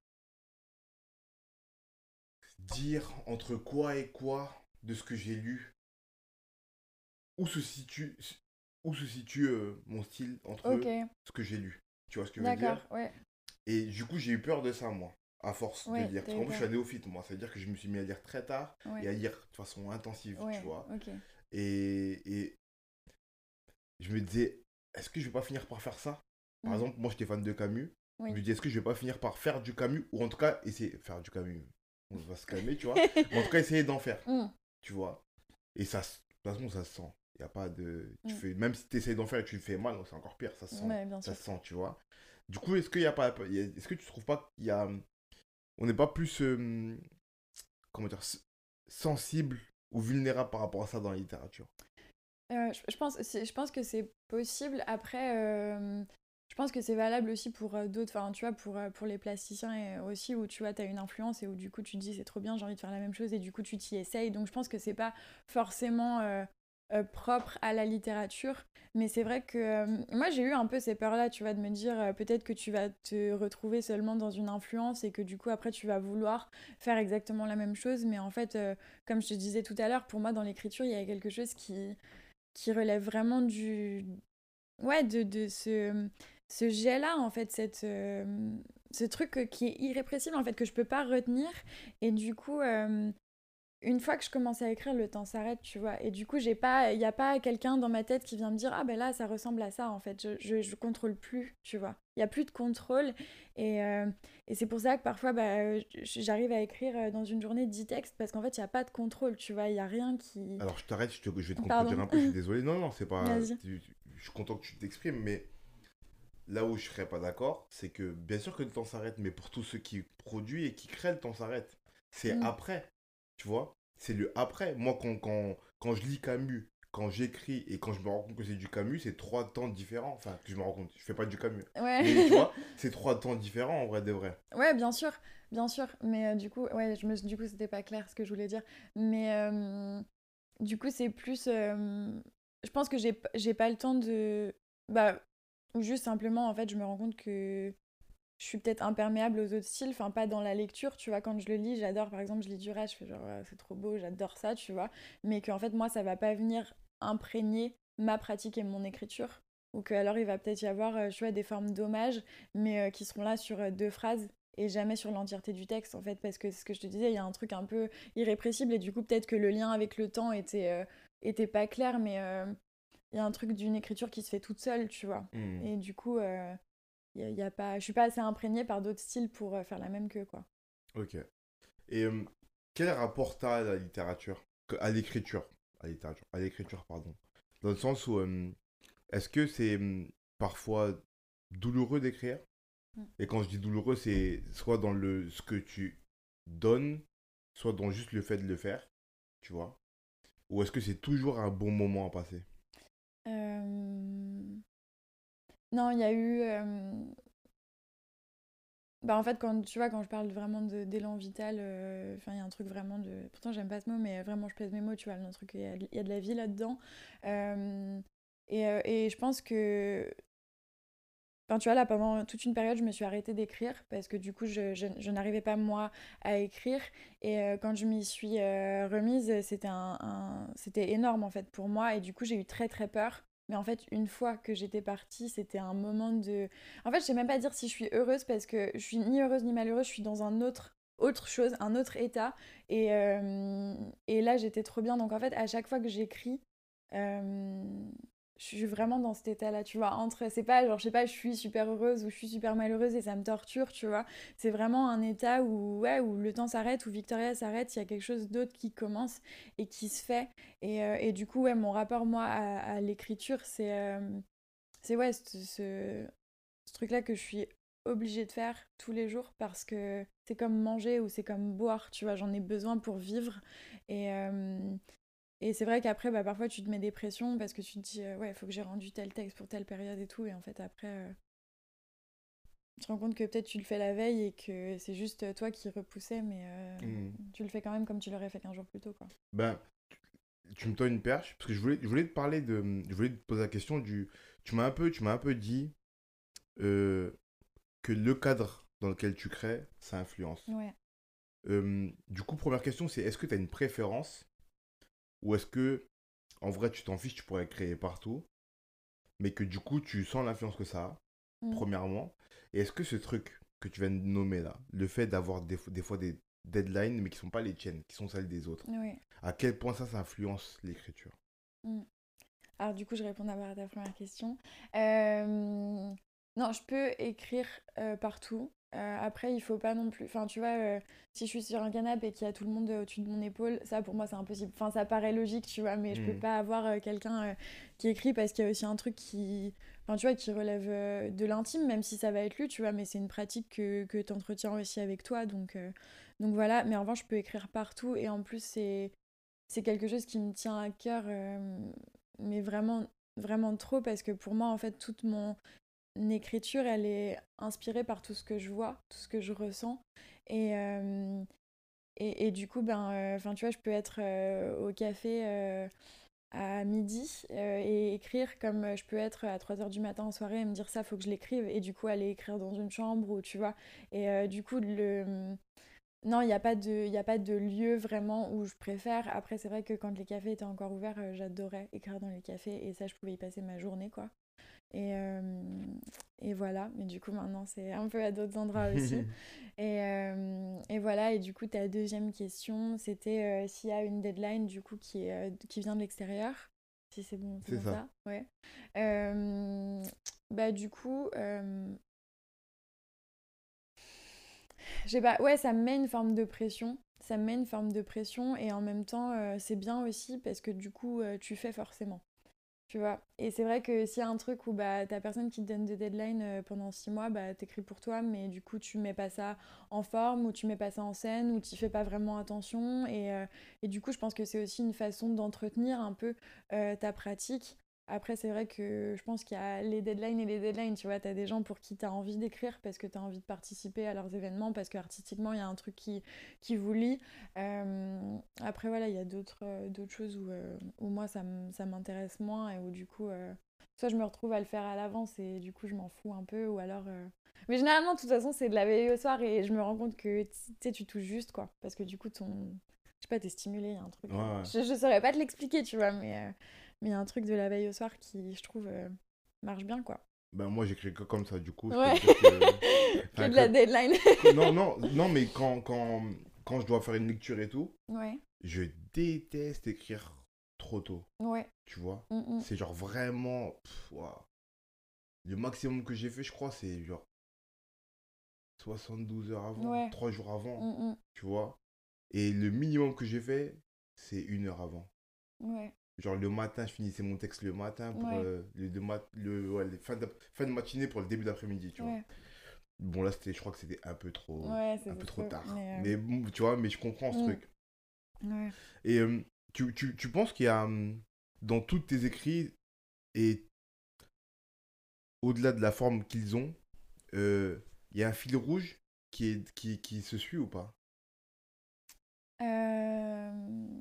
dire entre quoi et quoi de ce que j'ai lu, où se situe, où se situe euh, mon style Ok, entre ce que j'ai lu. Tu vois ce que je veux d'accord, dire? ouais. Et du coup, j'ai eu peur de ça, moi, à force de Ouais, lire. Parce t'as eu qu'en plus, je suis peur. un néophyte, moi. Ça veut dire que je me suis mis à lire très tard et Ouais, à lire de façon intensive, tu ouais, vois. ok. Et, et je me disais, est-ce que je vais pas finir par faire ça? Par Mm, exemple, moi, j'étais fan de Camus. Je oui. me dis, est-ce que je vais pas finir par faire du Camus? Ou en tout cas, essayer... Faire du Camus, on va se calmer, tu vois. Mais en tout cas, essayer d'en faire, Mm, tu vois. Et ça, se- de toute façon, ça se sent. Il y a pas de... Tu mm. fais... Même si tu essayes d'en faire et que tu le fais mal, c'est encore pire, ça se sent. Ouais, bien Ça sûr. se sent, tu vois. Du coup, est-ce qu'il y a pas... il y a- Est-ce que tu trouves pas qu'il y a... On n'est pas plus... euh, comment dire, s- sensible ou vulnérable par rapport à ça dans la littérature. Euh, je, je pense, c'est- je pense que c'est possible. Après, euh, je pense que c'est valable aussi pour euh, d'autres. Enfin, tu vois, pour, euh, pour les plasticiens et aussi où tu vois, t'as une influence et où du coup tu te dis c'est trop bien, j'ai envie de faire la même chose et du coup tu t'y essayes. Donc je pense que c'est pas forcément euh, euh, propre à la littérature. Mais c'est vrai que euh, moi j'ai eu un peu ces peurs-là, tu vois, de me dire euh, peut-être que tu vas te retrouver seulement dans une influence et que du coup après tu vas vouloir faire exactement la même chose. Mais en fait, euh, comme je te disais tout à l'heure, pour moi dans l'écriture, il y a quelque chose qui qui relève vraiment du... Ouais, de, de ce, ce jet-là, en fait, cette, euh, ce truc qui est irrépressible, en fait, que je peux pas retenir. Et du coup, euh, une fois que je commence à écrire, le temps s'arrête, tu vois. Et du coup, j'ai pas, il y a pas quelqu'un dans ma tête qui vient me dire ah ben là, ça ressemble à ça. En fait, je, je, je contrôle plus, tu vois. Il y a plus de contrôle. Et, euh, et c'est pour ça que parfois, bah, j'arrive à écrire euh, dans une journée dix textes parce qu'en fait, il y a pas de contrôle, tu vois. Il y a rien qui. Alors je t'arrête, je, te- je vais te contredire Pardon. un peu, je suis désolé. Non, non, c'est pas. Vas-y. tu- tu- Je suis content que tu t'exprimes, mais là où je serais pas d'accord, c'est que bien sûr que le temps s'arrête, mais pour tous ceux qui produisent et qui créent, le temps s'arrête. C'est Mm. après, tu vois. C'est le après. Moi, quand, quand, quand je lis Camus, quand j'écris et quand je me rends compte que c'est du Camus, c'est trois temps différents. Enfin, que je me rends compte, je fais pas du Camus. Mais tu Ouais. vois, c'est trois temps différents en vrai de vrai. Ouais, bien sûr, bien sûr. Mais euh, du coup, ouais, je me, du coup, c'était pas clair ce que je voulais dire. Mais euh, du coup, c'est plus. euh, je pense que j'ai p- j'ai pas le temps de. Bah, ou juste simplement, en fait, je me rends compte que je suis peut-être imperméable aux autres styles. Enfin, pas dans la lecture, tu vois. Quand je le lis, j'adore, par exemple, je lis du Rage, je fais genre, ouais, c'est trop beau, j'adore ça, tu vois. Mais qu'en fait, moi, ça va pas venir imprégner ma pratique et mon écriture. Ou que alors il va peut-être y avoir, euh, tu vois, des formes d'hommage, mais euh, qui seront là sur euh, deux phrases et jamais sur l'entièreté du texte, en fait, parce que c'est ce que je te disais, il y a un truc un peu irrépressible, et du coup, peut-être que le lien avec le temps était, euh, était pas clair, mais euh, il y a un truc d'une écriture qui se fait toute seule, tu vois. Hmm, Et du coup, euh, y a, y a pas, je suis pas assez imprégnée par d'autres styles pour euh, faire la même queue, quoi. ok. Et euh, quel rapport t'as à la littérature? Que- À l'écriture. À la littérature. À l'écriture, pardon. Dans le sens où, euh, est-ce que c'est hum, parfois douloureux d'écrire? Mm. Et quand je dis douloureux, c'est soit dans le ce que tu donnes, soit dans juste le fait de le faire, tu vois? Ou est-ce que c'est toujours un bon moment à passer? Euh, Non, il y a eu. euh, Bah en fait, quand tu vois, quand je parle vraiment de- d'élan vital, euh, enfin, il y a un truc vraiment de. Pourtant, j'aime pas ce mot, mais vraiment, je pèse mes mots, tu vois, le truc, il y, a il y a de la vie là-dedans. Euh, et, euh, et je pense que. Enfin, tu vois, là, pendant toute une période, je me suis arrêtée d'écrire parce que du coup, je, je- je n'arrivais pas, moi, à écrire. Et euh, quand je m'y suis euh, remise, c'était un, un- c'était énorme, en fait, pour moi. Et du coup, j'ai eu très, très peur. Mais en fait, une fois que j'étais partie, c'était un moment de... En fait, je sais même pas dire si je suis heureuse parce que je suis ni heureuse ni malheureuse. Je suis dans un autre, autre chose, un autre état. Et, euh, et là, j'étais trop bien. Donc, en fait, à chaque fois que j'écris, euh, je suis vraiment dans cet état-là, tu vois, entre, c'est pas genre, je sais pas, je suis super heureuse ou je suis super malheureuse et ça me torture, tu vois, c'est vraiment un état où, ouais, où le temps s'arrête, où Victoria s'arrête, il y a quelque chose d'autre qui commence et qui se fait, et, euh, et du coup, ouais, mon rapport, moi, à, à l'écriture, c'est, euh, c'est, ouais, ce, ce, ce truc-là que je suis obligée de faire tous les jours parce que c'est comme manger ou c'est comme boire, tu vois, j'en ai besoin pour vivre, et... euh, Et c'est vrai qu'après, bah, parfois, tu te mets des pressions parce que tu te dis, euh, ouais, il faut que j'ai rendu tel texte pour telle période et tout. Et en fait, après, euh, tu te rends compte que peut-être tu le fais la veille et que c'est juste euh, toi qui repoussais, mais euh, Mhm. tu le fais quand même comme tu l'aurais fait quinze jours plus tôt, quoi. Ben, tu me tends une perche, parce que je voulais, je voulais te parler de. Je voulais te poser la question du. Tu m'as un peu, tu m'as un peu dit euh, que le cadre dans lequel tu crées, ça influence. Ouais. Euh, du coup, première question, c'est est-ce que tu as une préférence ou est-ce que, en vrai, tu t'en fiches, tu pourrais créer partout, mais que du coup, tu sens l'influence que ça a, Mm. premièrement. Et est-ce que ce truc que tu viens de nommer là, le fait d'avoir des, fois- des fois des deadlines, mais qui sont pas les tiennes, qui sont celles des autres, Ouais. à quel point ça, ça influence l'écriture? Mm. Alors du coup, je réponds d'abord à ta première question. Euh, Non, je peux écrire euh, partout. Euh, après, il faut pas non plus... Enfin, tu vois, euh, si je suis sur un canapé et qu'il y a tout le monde euh, au-dessus de mon épaule, ça, pour moi, c'est impossible. Enfin, ça paraît logique, tu vois, mais je peux Hmm. pas avoir euh, quelqu'un euh, qui écrit parce qu'il y a aussi un truc qui... Enfin, tu vois, qui relève euh, de l'intime, même si ça va être lu, tu vois, mais c'est une pratique que, que tu entretiens aussi avec toi. Donc, euh, donc voilà, mais en revanche, je peux écrire partout. Et en plus, c'est c'est quelque chose qui me tient à cœur, euh, mais vraiment, vraiment trop, parce que pour moi, en fait, toute mon écriture, elle est inspirée par tout ce que je vois, tout ce que je ressens. Et, euh, et, et, du coup, ben, enfin, euh, tu vois, je peux être euh, au café euh, à midi euh, et écrire comme euh, je peux être à trois heures du matin en soirée et me dire ça, faut que je l'écrive. Et du coup, aller écrire dans une chambre, ou tu vois. Et euh, du coup, le non, il n'y a pas de, il y a pas de lieu vraiment où je préfère. Après, c'est vrai que quand les cafés étaient encore ouverts, euh, j'adorais écrire dans les cafés et ça, je pouvais y passer ma journée, quoi. Et, euh, et voilà. Mais du coup, maintenant, c'est un peu à d'autres endroits aussi. Et, euh, et voilà. Et du coup, ta deuxième question, c'était euh, s'il y a une deadline, du coup, qui, est, euh, qui vient de l'extérieur. Si c'est bon, c'est C'est bon ça. ça? Ouais. Euh, Bah, du coup, euh, je sais pas, ouais, ça me met une forme de pression. Ça me met une forme de pression et en même temps, euh, c'est bien aussi parce que du coup, euh, tu fais forcément. Tu vois. Et c'est vrai que s'il y a un truc où bah, t'as personne qui te donne de deadline euh, pendant six mois, bah, t'écris pour toi, mais du coup, tu mets pas ça en forme ou tu mets pas ça en scène ou tu fais pas vraiment attention. Et, euh, et du coup, je pense que c'est aussi une façon d'entretenir un peu euh, ta pratique. Après, c'est vrai que je pense qu'il y a les deadlines et les deadlines. Tu vois, t'as des gens pour qui t'as envie d'écrire parce que t'as envie de participer à leurs événements, parce qu'artistiquement, il y a un truc qui, qui vous lie. Euh, après, voilà, il y a d'autres euh, d'autres choses où, euh, où moi, ça m'intéresse moins et où du coup, euh, soit je me retrouve à le faire à l'avance et du coup, je m'en fous un peu, ou alors... euh, Mais généralement, de toute façon, c'est de la veille au soir et je me rends compte que, tu sais, tu touches juste, quoi. Parce que du coup, ton... Je sais pas, t'es stimulé, il y a un truc... Ouais, euh, ouais. Je, je saurais pas te l'expliquer, tu vois, mais euh, mais il y a un truc de la veille au soir qui, je trouve, euh, marche bien, quoi. Ben moi, j'écris que comme ça, du coup, Ouais, c'est-à-dire que. que Enfin, de la que. deadline. que- Non, non, non, mais quand, quand, quand je dois faire une lecture et tout, Ouais, je déteste écrire trop tôt. ouais. Tu vois? Mm, mm. C'est genre vraiment. Pff, ouah. Le maximum que j'ai fait, je crois, c'est genre soixante-douze heures avant, Ouais. trois jours avant. Mm, mm. Tu vois? Et le minimum que j'ai fait, c'est une heure avant. Ouais, Genre le matin, je finissais mon texte le matin pour ouais, euh, le, de mat- le, ouais, les fin, de, fin de matinée pour le début d'après-midi, tu vois. ouais. Bon là, c'était, je crois que c'était un peu trop, Ouais, un c'était peu trop trop. tard. Mais. Mais bon, tu vois, mais je comprends ce euh, truc. mm, ouais. Et euh, tu, tu, tu penses qu'il y a, hum, dans tous tes écrits, et au-delà de la forme qu'ils ont, euh, il y a un fil rouge qui, est, qui, qui se suit ou pas? Euh,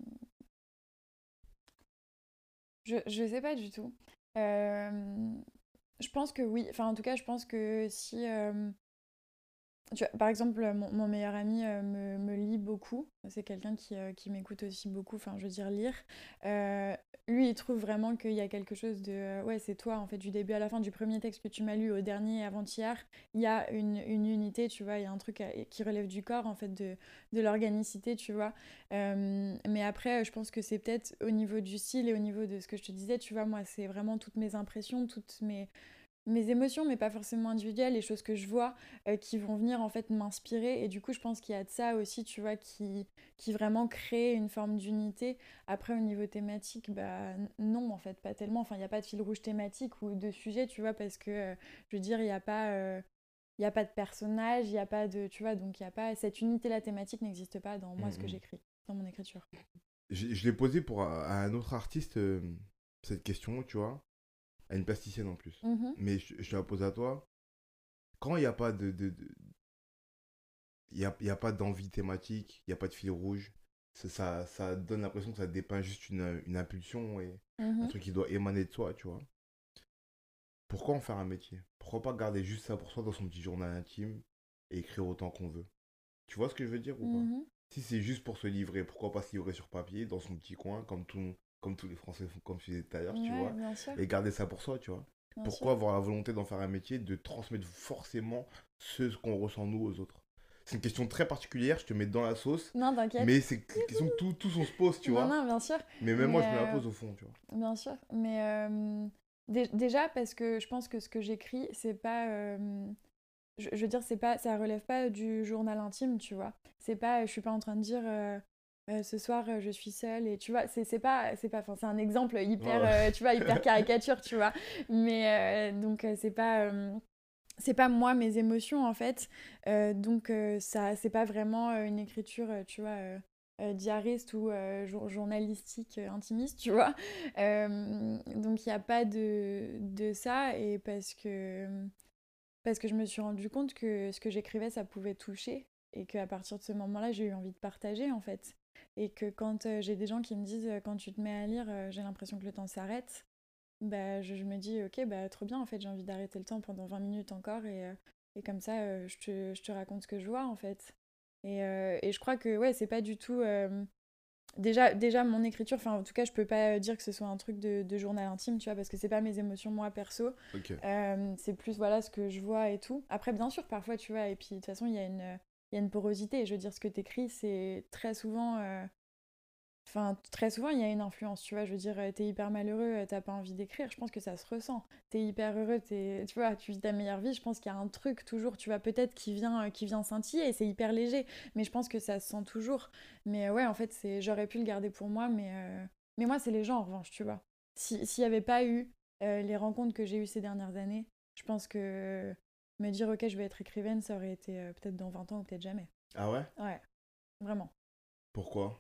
Je, je sais pas du tout. Euh, Je pense que oui. Enfin, en tout cas, je pense que si. euh, Tu vois, par exemple, mon, mon meilleur ami euh, me, me lit beaucoup. C'est quelqu'un qui, euh, qui m'écoute aussi beaucoup, enfin, je veux dire, lire. Euh, Lui, il trouve vraiment qu'il y a quelque chose de... euh, ouais, c'est toi, en fait, du début à la fin, du premier texte que tu m'as lu au dernier avant-hier, il y a une, une unité, tu vois, il y a un truc à- qui relève du corps, en fait, de, de l'organicité, tu vois. Euh, mais après, je pense que c'est peut-être au niveau du style et au niveau de ce que je te disais, tu vois, moi, c'est vraiment toutes mes impressions, toutes mes mes émotions, mais pas forcément individuelles, les choses que je vois euh, qui vont venir en fait m'inspirer. Et du coup, je pense qu'il y a de ça aussi, tu vois, qui, qui vraiment crée une forme d'unité. Après, au niveau thématique, bah non, en fait, pas tellement. Enfin, il n'y a pas de fil rouge thématique ou de sujet, tu vois, parce que, euh, je veux dire, il n'y a pas... euh, il n'y a pas de personnage, il n'y a pas de... Tu vois, donc il n'y a pas... Cette unité-là thématique n'existe pas dans moi, ce que Mhm. j'écris, dans mon écriture. je, je l'ai posé pour un- à un autre artiste, euh, cette question, tu vois, à une plasticienne en plus. Mhm. Mais je, je te la pose à toi. Quand il n'y a pas de, de, de- il y a, il y a pas d'envie thématique, il n'y a pas de fil rouge, ça, ça, ça donne l'impression que ça dépeint juste une, une impulsion et un Mhm. truc qui doit émaner de soi, tu vois. Pourquoi en faire un métier? Pourquoi pas garder juste ça pour soi dans son petit journal intime et écrire autant qu'on veut? Tu vois ce que je veux dire ou pas? Mhm. Si c'est juste pour se livrer, pourquoi pas se livrer sur papier, dans son petit coin, comme, tout, comme tous les Français font, comme tu disais tout à l'heure, tu Ouais, vois, bien sûr, et garder ça pour soi, tu vois? bien sûr. Pourquoi avoir la volonté d'en faire un métier, de transmettre forcément ce qu'on ressent nous aux autres? C'est une question très particulière, je te mets dans la sauce, Non, t'inquiète. mais c'est une question que tout- tous on se pose, tu Non, vois? non, bien sûr. Mais même moi, Mais je me la euh, pose au fond, tu vois? bien sûr. Mais euh, dé- déjà, parce que je pense que ce que j'écris, c'est pas. euh, je, je veux dire, c'est pas, ça relève pas du journal intime, tu vois. C'est pas, je suis pas en train de dire. euh, euh, ce soir, euh, je suis seule et tu vois, c'est c'est pas, c'est pas, enfin, c'est un exemple hyper, Ouais, euh, tu vois, hyper caricature, tu vois. Mais euh, donc, euh, c'est pas, euh, c'est pas moi mes émotions en fait. Euh, donc euh, ça c'est pas vraiment euh, une écriture euh, tu vois euh, euh, diariste ou euh, jour- journalistique euh, intimiste tu vois. Euh, donc il n'y a pas de, de ça et parce que parce que je me suis rendu compte que ce que j'écrivais ça pouvait toucher et qu'à partir de ce moment-là j'ai eu envie de partager en fait et que quand euh, j'ai des gens qui me disent euh, quand tu te mets à lire euh, j'ai l'impression que le temps s'arrête, bah, je, je me dis, ok, bah, trop bien, en fait, j'ai envie d'arrêter le temps pendant vingt minutes encore et, euh, et comme ça, euh, je, te, je te raconte ce que je vois, en fait. Et, euh, et je crois que, ouais, c'est pas du tout. euh, Déjà, déjà, mon écriture, enfin, en tout cas, je peux pas dire que ce soit un truc de, de journal intime, tu vois, parce que c'est pas mes émotions, moi, perso. ok. Euh, c'est plus, voilà, ce que je vois et tout. Après, bien sûr, parfois, tu vois, et puis, de toute façon, il y a une. Il y a une porosité. Je veux dire, ce que t'écris, c'est très souvent. euh, Enfin, très souvent, il y a une influence, tu vois. Je veux dire, euh, t'es hyper malheureux, euh, t'as pas envie d'écrire. Je pense que ça se ressent. T'es hyper heureux, t'es, tu vois, tu vis ta meilleure vie. Je pense qu'il y a un truc toujours, tu vois, peut-être qui vient, euh, qui vient scintiller et c'est hyper léger. Mais je pense que ça se sent toujours. Mais euh, ouais, en fait, c'est, j'aurais pu le garder pour moi, mais, euh, mais moi, c'est les gens en revanche, tu vois. Si, s'il y avait pas eu euh, les rencontres que j'ai eues ces dernières années, je pense que me dire, ok, je vais être écrivaine, ça aurait été euh, peut-être dans vingt ans ou peut-être jamais. Ah ouais? Ouais, vraiment. Pourquoi?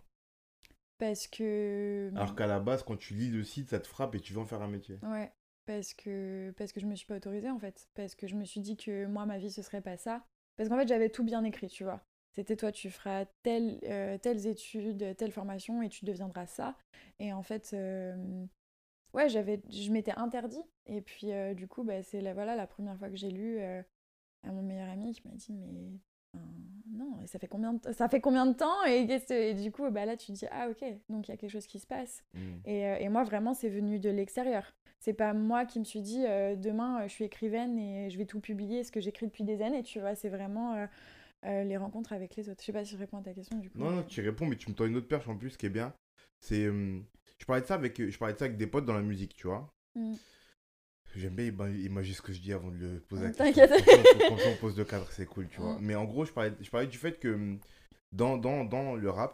Parce que Alors qu'à la base, quand tu lis le site, ça te frappe et tu veux en faire un métier. Ouais, parce que, parce que je me suis pas autorisée en fait. Parce que je me suis dit que moi, ma vie, ce serait pas ça. Parce qu'en fait, j'avais tout bien écrit, tu vois. C'était toi, tu feras telle, euh, telles études, telle formation et tu deviendras ça. Et en fait, euh, ouais, j'avais, je m'étais interdit. Et puis, euh, du coup, bah, c'est la, voilà, la première fois que j'ai lu euh, à mon meilleur ami qui m'a dit, mais enfin, non, et ça fait combien de, t- ça fait combien de temps et, qu'est-ce que- et du coup, bah, là, tu te dis, ah ok, donc il y a quelque chose qui se passe. Hmm. Et, euh, et moi, vraiment, c'est venu de l'extérieur. C'est pas moi qui me suis dit, euh, demain, euh, je suis écrivaine et je vais tout publier, ce que j'écris depuis des années, tu vois. C'est vraiment euh, euh, les rencontres avec les autres. Je sais pas si je réponds à ta question, du coup, Non, non, mais... tu y réponds, mais tu me tends une autre perche en plus, ce qui est bien. C'est. euh, je parlais de ça avec, je parlais de ça avec des potes dans la musique, tu vois. Mm. J'aime bien ima- imaginer ce que je dis avant de le poser la Mm, question. t'inquiète. Comme ça, on, peut- comme ça, on pose le cadre, c'est cool, tu vois. Mm. Mais en gros, je parlais, je parlais du fait que hum, dans, dans, dans le rap,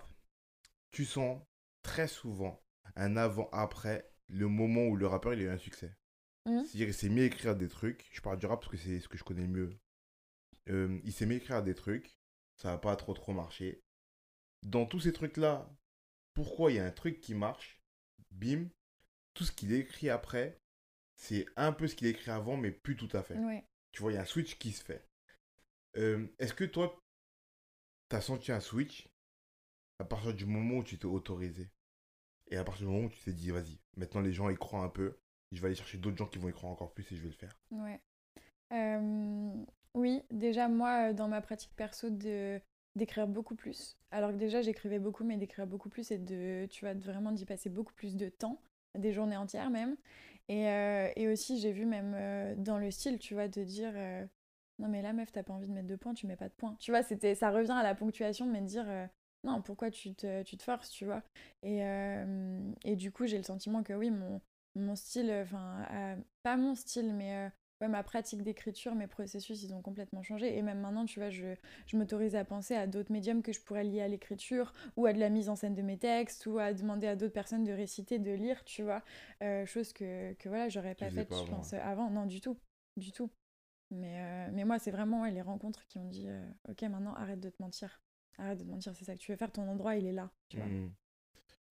tu sens très souvent un avant-après le moment où le rappeur il a eu un succès. Mm. C'est-à-dire, il s'est mis à écrire des trucs. Je parle du rap parce que c'est ce que je connais le mieux. Euh, il s'est mis à écrire des trucs. Ça n'a pas trop trop marché. Dans tous ces trucs-là, pourquoi il y a un truc qui marche? Bim, tout ce qu'il écrit après, c'est un peu ce qu'il a écrit avant, mais plus tout à fait. Ouais. Tu vois, il y a un switch qui se fait. Euh, Est-ce que toi, t'as senti un switch à partir du moment où tu t'es autorisé? Et à partir du moment où tu t'es dit, vas-y, maintenant les gens y croient un peu, je vais aller chercher d'autres gens qui vont y croire encore plus et je vais le faire. Ouais. Euh, oui, déjà moi, euh, dans ma pratique perso, de d'écrire beaucoup plus. Alors que déjà j'écrivais beaucoup, mais d'écrire beaucoup plus et de, tu vois, de vraiment d'y passer beaucoup plus de temps, des journées entières même. Et, euh, et aussi j'ai vu même euh, dans le style, tu vois, de dire euh, non mais là meuf, t'as pas envie de mettre de points, tu mets pas de points. Tu vois, c'était, ça revient à la ponctuation, mais de dire euh, non, pourquoi tu te, tu te forces, tu vois. Et, euh, et du coup j'ai le sentiment que oui, mon, mon style, enfin, euh, pas mon style, mais euh, ouais, ma pratique d'écriture, mes processus, ils ont complètement changé. Et même maintenant, tu vois, je, je m'autorise à penser à d'autres médiums que je pourrais lier à l'écriture, ou à de la mise en scène de mes textes, ou à demander à d'autres personnes de réciter, de lire, tu vois. Euh, chose que, que voilà, j'aurais Tu pas faisais faite, pas je avant. Ouais. pense, avant. Non, du tout. Du tout. Mais, euh, mais moi, c'est vraiment ouais, les rencontres qui ont dit euh, ok, maintenant, arrête de te mentir. Arrête de te mentir, c'est ça que tu veux faire, ton endroit, il est là, tu vois. Hmm.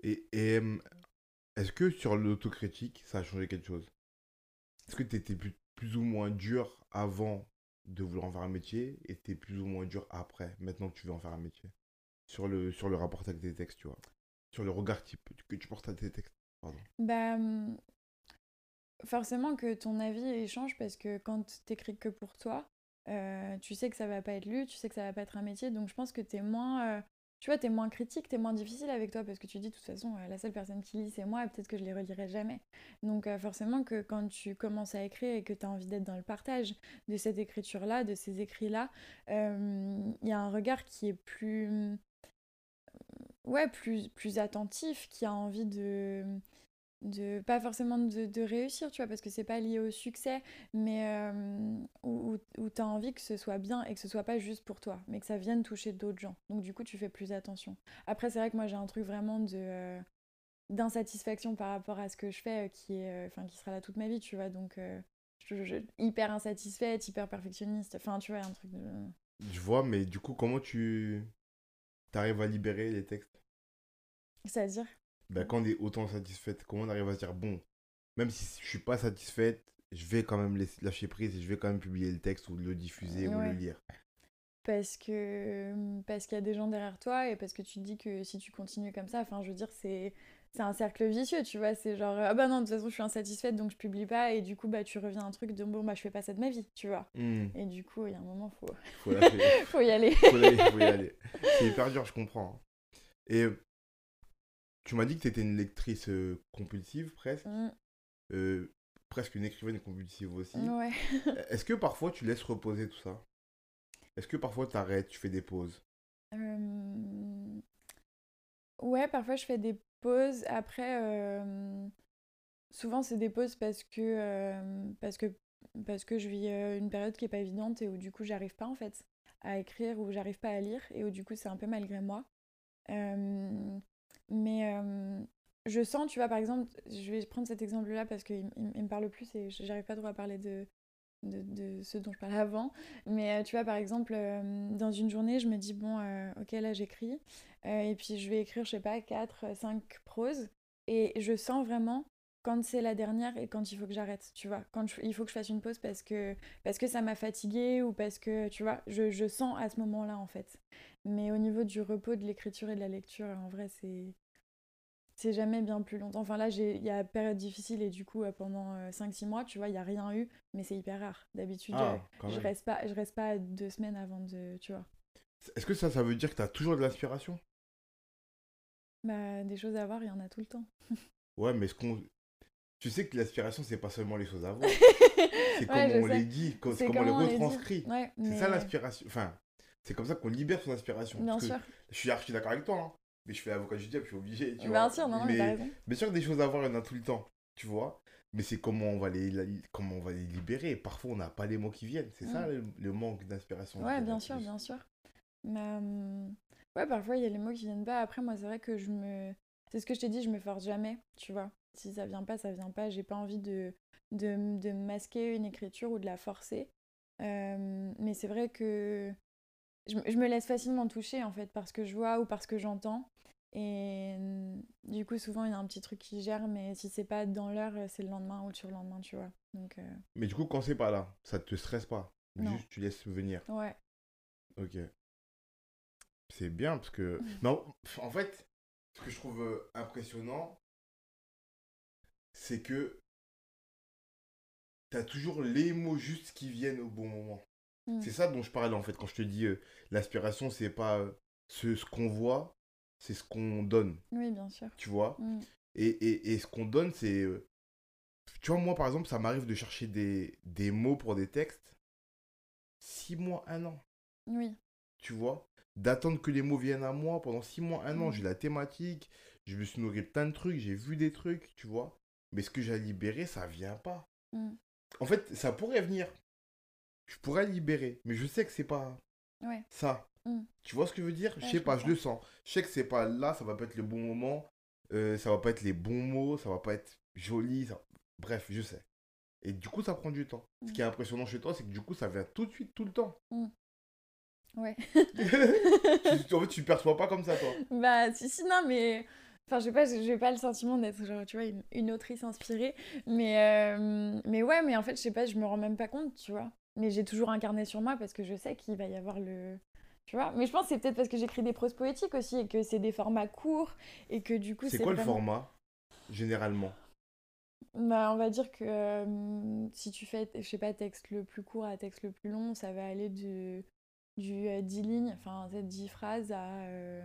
Et, et euh, est-ce que sur l'autocritique, ça a changé quelque chose? Est-ce que tu étais plus, plus ou moins dur avant de vouloir en faire un métier et t'es plus ou moins dur après, maintenant que tu veux en faire un métier? Sur le, sur le rapport avec tes textes, tu vois. Sur le regard type que tu portes à tes textes. Pardon. Bah, hum, forcément que ton avis il change parce que quand t'écris que pour toi, euh, tu sais que ça va pas être lu, tu sais que ça va pas être un métier, donc je pense que t'es moins, euh, tu vois, t'es moins critique, t'es moins difficile avec toi parce que tu dis de toute façon euh, la seule personne qui lit c'est moi et peut-être que je les relirai jamais. Donc euh, forcément que quand tu commences à écrire et que t'as envie d'être dans le partage de cette écriture-là, de ces écrits-là, euh, il y a un regard qui est plus, ouais, plus, plus attentif, qui a envie de de pas forcément de, de réussir, tu vois, parce que c'est pas lié au succès, mais euh, où, où tu as envie que ce soit bien et que ce soit pas juste pour toi, mais que ça vienne toucher d'autres gens. Donc du coup, tu fais plus attention. Après, c'est vrai que moi, j'ai un truc vraiment de euh, d'insatisfaction par rapport à ce que je fais, euh, qui est, enfin, euh, qui sera là toute ma vie, tu vois. Donc euh, je, je, hyper insatisfaite, hyper perfectionniste. Enfin, tu vois, un truc de. Je vois, mais du coup, comment tu t'arrives à libérer les textes? C'est-à-dire. Ben, quand on est autant satisfaite, comment on arrive à se dire, bon, même si je suis pas satisfaite, je vais quand même laisser, lâcher prise et je vais quand même publier le texte ou le diffuser ou le Ouais. lire. Parce que parce qu'il y a des gens derrière toi et parce que tu te dis que si tu continues comme ça, enfin je veux dire c'est c'est un cercle vicieux, tu vois, c'est genre ah bah non de toute façon je suis insatisfaite donc je publie pas et du coup bah tu reviens à un truc de bon bah je fais pas ça de ma vie, tu vois. Hmm. Et du coup il y a un moment faut Faut lâcher. faut y aller. Faut y aller, faut y aller. C'est hyper dur, je comprends. Et tu m'as dit que tu étais une lectrice euh, compulsive presque, Mm, euh, presque une écrivaine compulsive aussi. ouais. Est-ce que parfois tu laisses reposer tout ça? Est-ce que parfois tu arrêtes, tu fais des pauses? Euh, Ouais, parfois je fais des pauses. Après, euh, souvent c'est des pauses parce que, euh, parce que, parce que je vis euh, une période qui est pas évidente et où du coup j'arrive pas en fait à écrire ou j'arrive pas à lire et où du coup c'est un peu malgré moi. Euh, mais euh, je sens, tu vois, par exemple, je vais prendre cet exemple-là parce qu'il il- il me parle plus et j'arrive pas trop à parler de, de, de ce dont je parlais avant. Mais euh, tu vois, par exemple, euh, dans une journée, je me dis, bon, euh, ok, là j'écris. Euh, et puis je vais écrire, je sais pas, quatre cinq proses. Et je sens vraiment quand c'est la dernière et quand il faut que j'arrête, tu vois. Quand je- il faut que je fasse une pause parce que, parce que ça m'a fatiguée ou parce que, tu vois, je, je sens à ce moment-là, en fait. Mais au niveau du repos, de l'écriture et de la lecture, en vrai, c'est c'est jamais bien plus longtemps. Enfin là, il y a période difficile et du coup, euh, pendant euh, cinq six mois, tu vois, il n'y a rien eu, mais c'est hyper rare. D'habitude, euh, Ah, quand je même. reste pas, je reste pas deux semaines avant de, tu vois. Est-ce que ça, ça veut dire que tu as toujours de l'inspiration? Bah, des choses à voir, il y en a tout le temps. Ouais, mais ce qu'on... Tu sais que l'inspiration, c'est pas seulement les choses à voir. C'est Ouais, comment je on les sais. dit, co- c'est C'est comment on les comment on les dit. retranscrit. Ouais, C'est ça mais l'inspiration. Enfin, c'est comme ça qu'on libère son inspiration. Parce bien que sûr. je suis archi d'accord avec toi, hein. Mais je fais l'avocat du diable, je suis obligé, tu Bien vois. sûr, non, non, mais t'as Mais raison. bien sûr que des choses à voir, il y en a tout le temps, tu vois. Mais c'est comment on va les, la- comment on va les libérer. Parfois, on n'a pas les mots qui viennent. C'est Mm. ça le, le manque d'inspiration, je Ouais, dirais bien sûr, plus. bien sûr. Mais euh, ouais, parfois il y a les mots qui viennent pas. Après, moi, c'est vrai que je me. C'est ce que je t'ai dit, je me force jamais, tu vois. Si ça vient pas, ça vient pas. J'ai pas envie de, de, de masquer une écriture ou de la forcer. Euh, mais c'est vrai que je, me- je me laisse facilement toucher, en fait, parce que je vois ou parce que j'entends. Et euh, du coup, souvent, il y a un petit truc qui gère, mais si c'est pas dans l'heure, c'est le lendemain ou le surlendemain, tu vois. Donc, euh, Mais du coup, quand c'est pas là, ça te stresse pas. non. Juste, tu laisses venir. Ouais. Ok. C'est bien parce que. Non, en fait, ce que je trouve euh, impressionnant, c'est que t'as toujours les mots justes qui viennent au bon moment. Mm. C'est ça dont je parle en fait quand je te dis euh, l'aspiration, c'est pas euh, ce, ce qu'on voit, c'est ce qu'on donne, Oui, bien sûr. tu vois. Mm. Et, et, et ce qu'on donne, c'est. euh, tu vois, moi par exemple, ça m'arrive de chercher des, des mots pour des textes six mois, un an, Oui. tu vois. D'attendre que les mots viennent à moi pendant six mois, un an, Mm. j'ai la thématique, je me suis nourri de plein de trucs, j'ai vu des trucs, tu vois. Mais ce que j'ai libéré, ça vient pas. Mm. En fait, ça pourrait venir. Je pourrais libérer, mais je sais que c'est pas Ouais. ça. Mm. Tu vois ce que je veux dire? Je Ouais, sais je pas, je comprends. le sens. Je sais que c'est pas là, ça va pas être le bon moment, euh, ça va pas être les bons mots, ça va pas être joli, ça... Bref, je sais. Et du coup, ça prend du temps. Ce Mm. qui est impressionnant chez toi, c'est que du coup, ça vient tout de suite, tout le temps. Mm. Ouais. tu, en fait, tu le perçois pas comme ça, toi. Bah, si, si, non, mais Enfin, je sais pas, j'ai pas le sentiment d'être, genre, tu vois, une, une autrice inspirée. Mais, euh, mais ouais, mais en fait, je sais pas, je me rends même pas compte, tu vois. Mais j'ai toujours un carnet sur moi parce que je sais qu'il va y avoir le... Tu vois. Mais je pense que c'est peut-être parce que j'écris des proses poétiques aussi et que c'est des formats courts et que du coup, C'est c'est quoi le vraiment... format, généralement? Bah, on va dire que euh, si tu fais, je sais pas, texte le plus court à texte le plus long, ça va aller du, du euh, dix lignes, enfin, peut-être dix phrases à... euh,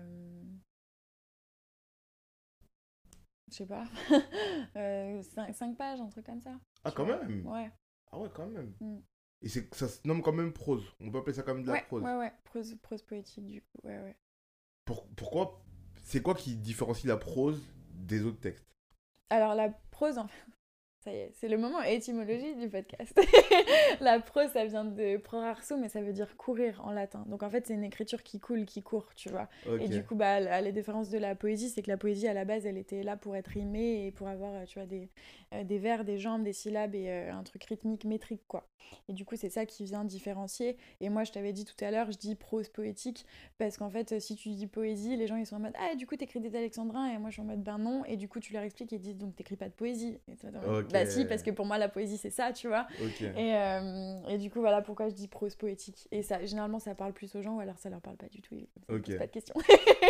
je sais pas, euh, cinq pages, un truc comme ça. Ah, Tu quand vois. même. Ouais. Ah ouais, quand même. Mm. Et c'est, ça se nomme quand même prose. On peut appeler ça comme de la Ouais, prose. ouais, ouais. Prose, prose poétique, du coup. Ouais, ouais. Pour- pourquoi? C'est quoi qui différencie la prose des autres textes? Alors, la prose, en ça y est, c'est le moment étymologie du podcast. La prose, ça vient de prorarso, mais ça veut dire courir en latin. Donc en fait, c'est une écriture qui coule, qui court, tu vois. Et Ok, du coup, bah, la, la différence de la poésie, c'est que la poésie, à la base, elle était là pour être rimée et pour avoir, euh, tu vois, des, euh, des vers, des jambes, des syllabes et euh, un truc rythmique, métrique, quoi. Et du coup, c'est ça qui vient différencier. Et moi, je t'avais dit tout à l'heure, je dis prose poétique, parce qu'en fait, si tu dis poésie, les gens, ils sont en mode, ah, du coup, t'écris des alexandrins, et moi, je suis en mode, ben non. Et du coup, tu leur expliques et ils disent, donc, t'écris pas de poésie. Et toi, t'es en mode, ok, bah si, parce que pour moi, la poésie, c'est ça, tu vois. ok. Et, euh, et du coup, voilà pourquoi je dis prose poétique. Et ça, généralement, ça parle plus aux gens, ou alors ça leur parle pas du tout, et ça ne Ok. pose pas de questions.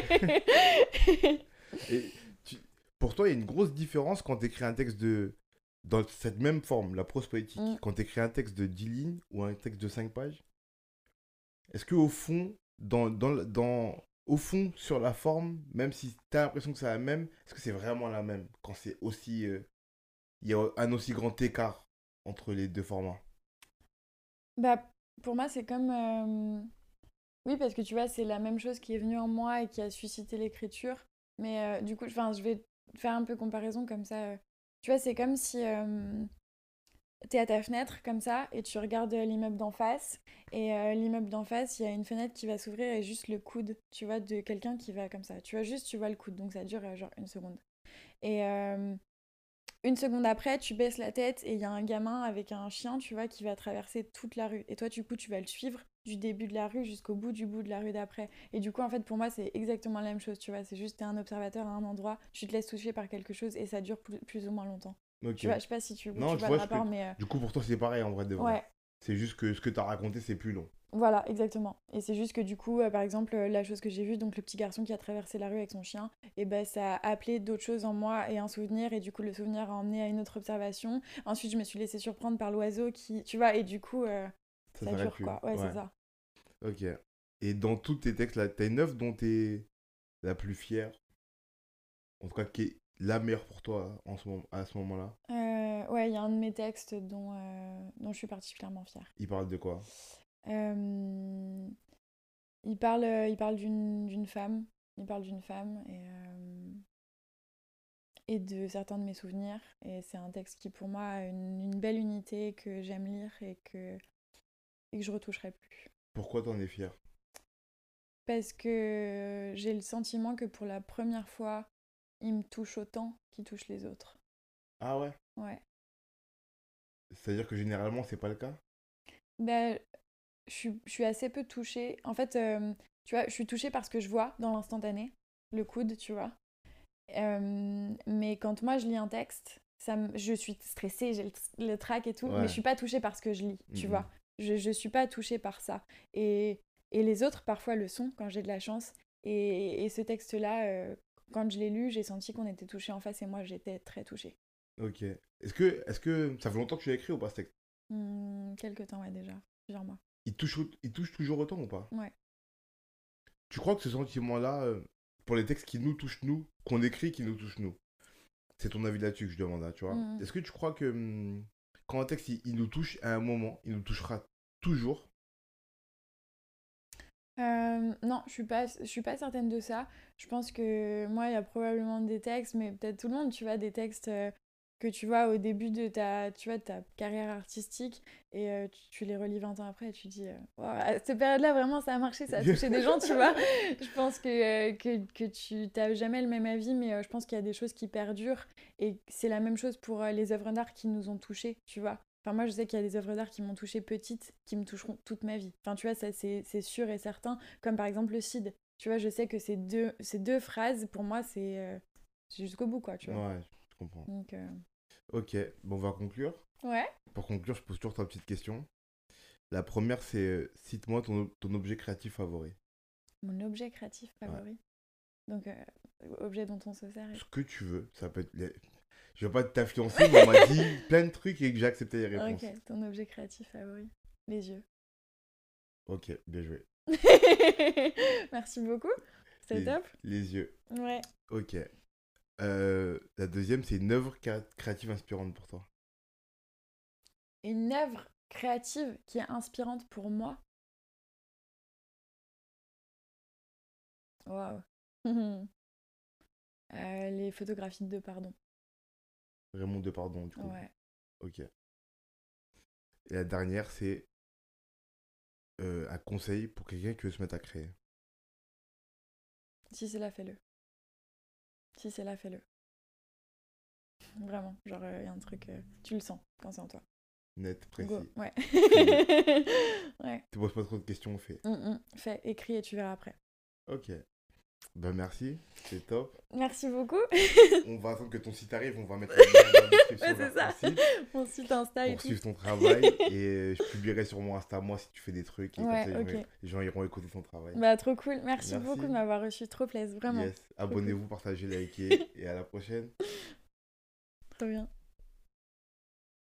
Et tu- pour toi, il y a une grosse différence quand tu écris un texte de... dans cette même forme, la prose poétique, Mm. quand tu écris un texte de dix lignes ou un texte de cinq pages. Est-ce que au fond, dans, dans, dans, au fond, sur la forme, même si tu as l'impression que c'est la même, est-ce que c'est vraiment la même quand c'est aussi... euh, il y a un aussi grand écart entre les deux formats? Bah, pour moi, c'est comme... euh, Oui, parce que tu vois, c'est la même chose qui est venue en moi et qui a suscité l'écriture. Mais euh, du coup, enfin, je vais faire un peu comparaison comme ça. euh. Tu vois, c'est comme si... euh, t'es à ta fenêtre comme ça et tu regardes euh, l'immeuble d'en face et euh, l'immeuble d'en face il y a une fenêtre qui va s'ouvrir et juste le coude tu vois de quelqu'un qui va comme ça tu vois juste tu vois le coude donc ça dure euh, genre une seconde et euh, une seconde après tu baisses la tête et il y a un gamin avec un chien tu vois qui va traverser toute la rue et toi du coup tu vas le suivre du début de la rue jusqu'au bout du bout de la rue d'après et du coup en fait pour moi c'est exactement la même chose tu vois c'est juste t'es un observateur à un endroit tu te laisses toucher par quelque chose et ça dure plus, plus ou moins longtemps Ok. tu vois je sais pas si tu, tu Non, je vois le vois ce que... rapport mais euh, Du coup, pour toi, c'est pareil en vrai de vrai. ouais. C'est juste que ce que tu as raconté, c'est plus long. Voilà, exactement. Et c'est juste que du coup, euh, par exemple, euh, la chose que j'ai vue, donc le petit garçon qui a traversé la rue avec son chien, et ben ça a appelé d'autres choses en moi et un souvenir, et du coup le souvenir a emmené à une autre observation. Ensuite, je me suis laissée surprendre par l'oiseau qui, tu vois, et du coup, euh, Ça ça s'arrête dure plus. quoi. Ouais, c'est Ouais. ça. Ok. Et dans tous tes textes, là, t'as une œuvre dont t'es la plus fière, en tout cas qui est la meilleure pour toi en ce moment, à ce moment-là. Euh, ouais, il y a un de mes textes dont, euh, dont je suis particulièrement fière. Il parle de quoi? Euh, il parle, euh, il parle d'une d'une femme. Il parle d'une femme et, euh, et de certains de mes souvenirs. Et c'est un texte qui, pour moi, a une, une belle unité que j'aime lire et que, et que je retoucherai plus. Pourquoi t'en es fier? Parce que j'ai le sentiment que pour la première fois, il me touche autant qu'il touche les autres. Ah ouais? Ouais. C'est-à-dire que généralement, c'est pas le cas? Ben, je suis, je suis assez peu touchée. En fait, euh, tu vois, je suis touchée par ce que je vois dans l'instantané, le coude, tu vois. Euh, mais quand moi je lis un texte, ça me- je suis stressée, j'ai le, le trac et tout, mais je Ouais. suis pas touchée par ce que je lis, tu Mhm. vois. Je, je suis pas touchée par ça. Et, et les autres, parfois, le sont quand j'ai de la chance. Et, et ce texte-là, euh, quand je l'ai lu, j'ai senti qu'on était touchés en face et moi j'étais très touchée. Ok. Est-ce que, est-ce que ça fait longtemps que tu l'as écrit ou pas ce texte? Hmm, quelques temps, ouais, déjà. Plusieurs mois. Il touche, au- il touche toujours autant ou pas? Ouais. Tu crois que ce sentiment-là, euh, pour les textes qui nous touchent nous, qu'on écrit, qui nous touchent nous, c'est ton avis là-dessus que je demande, hein, tu vois? Hmm. Est-ce que tu crois que hum, quand un texte il, il nous touche à un moment, il nous touchera toujours? Euh, non, je suis pas, je suis pas certaine de ça. Je pense que moi, il y a probablement des textes, mais peut-être tout le monde, tu vois, des textes euh, que tu vois au début de ta, tu vois, de ta carrière artistique et euh, tu, tu les relis vingt ans après et tu dis, euh, Waouh, à cette période-là, vraiment, ça a marché, ça a touché des gens, tu vois. Je pense que, euh, que, que tu n'as jamais le même avis, mais euh, je pense qu'il y a des choses qui perdurent et c'est la même chose pour euh, les œuvres d'art qui nous ont touchés, tu vois. Enfin, moi, je sais qu'il y a des œuvres d'art qui m'ont touchée petite, qui me toucheront toute ma vie. Enfin, tu vois, ça, c'est, c'est sûr et certain. Comme par exemple le Cid. Tu vois, je sais que ces deux, ces deux phrases, pour moi, c'est, euh, c'est jusqu'au bout, quoi, tu vois. Ouais, je comprends. Donc, euh, Ok, bon, on va conclure. ouais. Pour conclure, je pose toujours trois petites questions. La première, c'est euh, cite-moi ton, ton objet créatif favori. Mon objet créatif favori. Donc, euh, objet dont on se sert. Et... Ce que tu veux. Ça peut être. les- Je vais pas t'influencer, mais on m'a dit plein de trucs et que j'ai accepté les réponses. Ok, ton objet créatif favori. Les yeux. Ok, bien joué. Merci beaucoup. C'était Les, top. les yeux. Ouais. Ok. Euh, la deuxième, c'est une œuvre créa- créative inspirante pour toi. Une œuvre créative qui est inspirante pour moi. Waouh. Euh, les photographies de Pardon. Raymond Depardon, du coup. Ouais. Ok. Et la dernière, c'est euh, un conseil pour quelqu'un qui veut se mettre à créer. Si c'est là, fais-le. Si c'est là, fais-le. Vraiment. Genre, il y a un truc, euh, tu le sens quand c'est en toi. Net, précis. Go. Ouais. Ouais. Tu poses pas trop de questions, on fait. Mm, mm. Fais, écris et tu verras après. Ok. Ben merci, c'est top. Merci beaucoup. On va attendre que ton site arrive, on va mettre le lien dans la description Ouais, vers c'est ça. ton site Mon site Insta et pour tout. suivre ton travail. Et je publierai sur mon Insta, moi, si tu fais des trucs. Et Ouais, comme ça, les gens- ok. les gens iront écouter ton travail. Bah, trop cool. Merci, Merci. beaucoup de m'avoir reçu. Trop plaisir, vraiment. Yes. Abonnez-vous, partagez, likez. Et à la prochaine. Trop bien.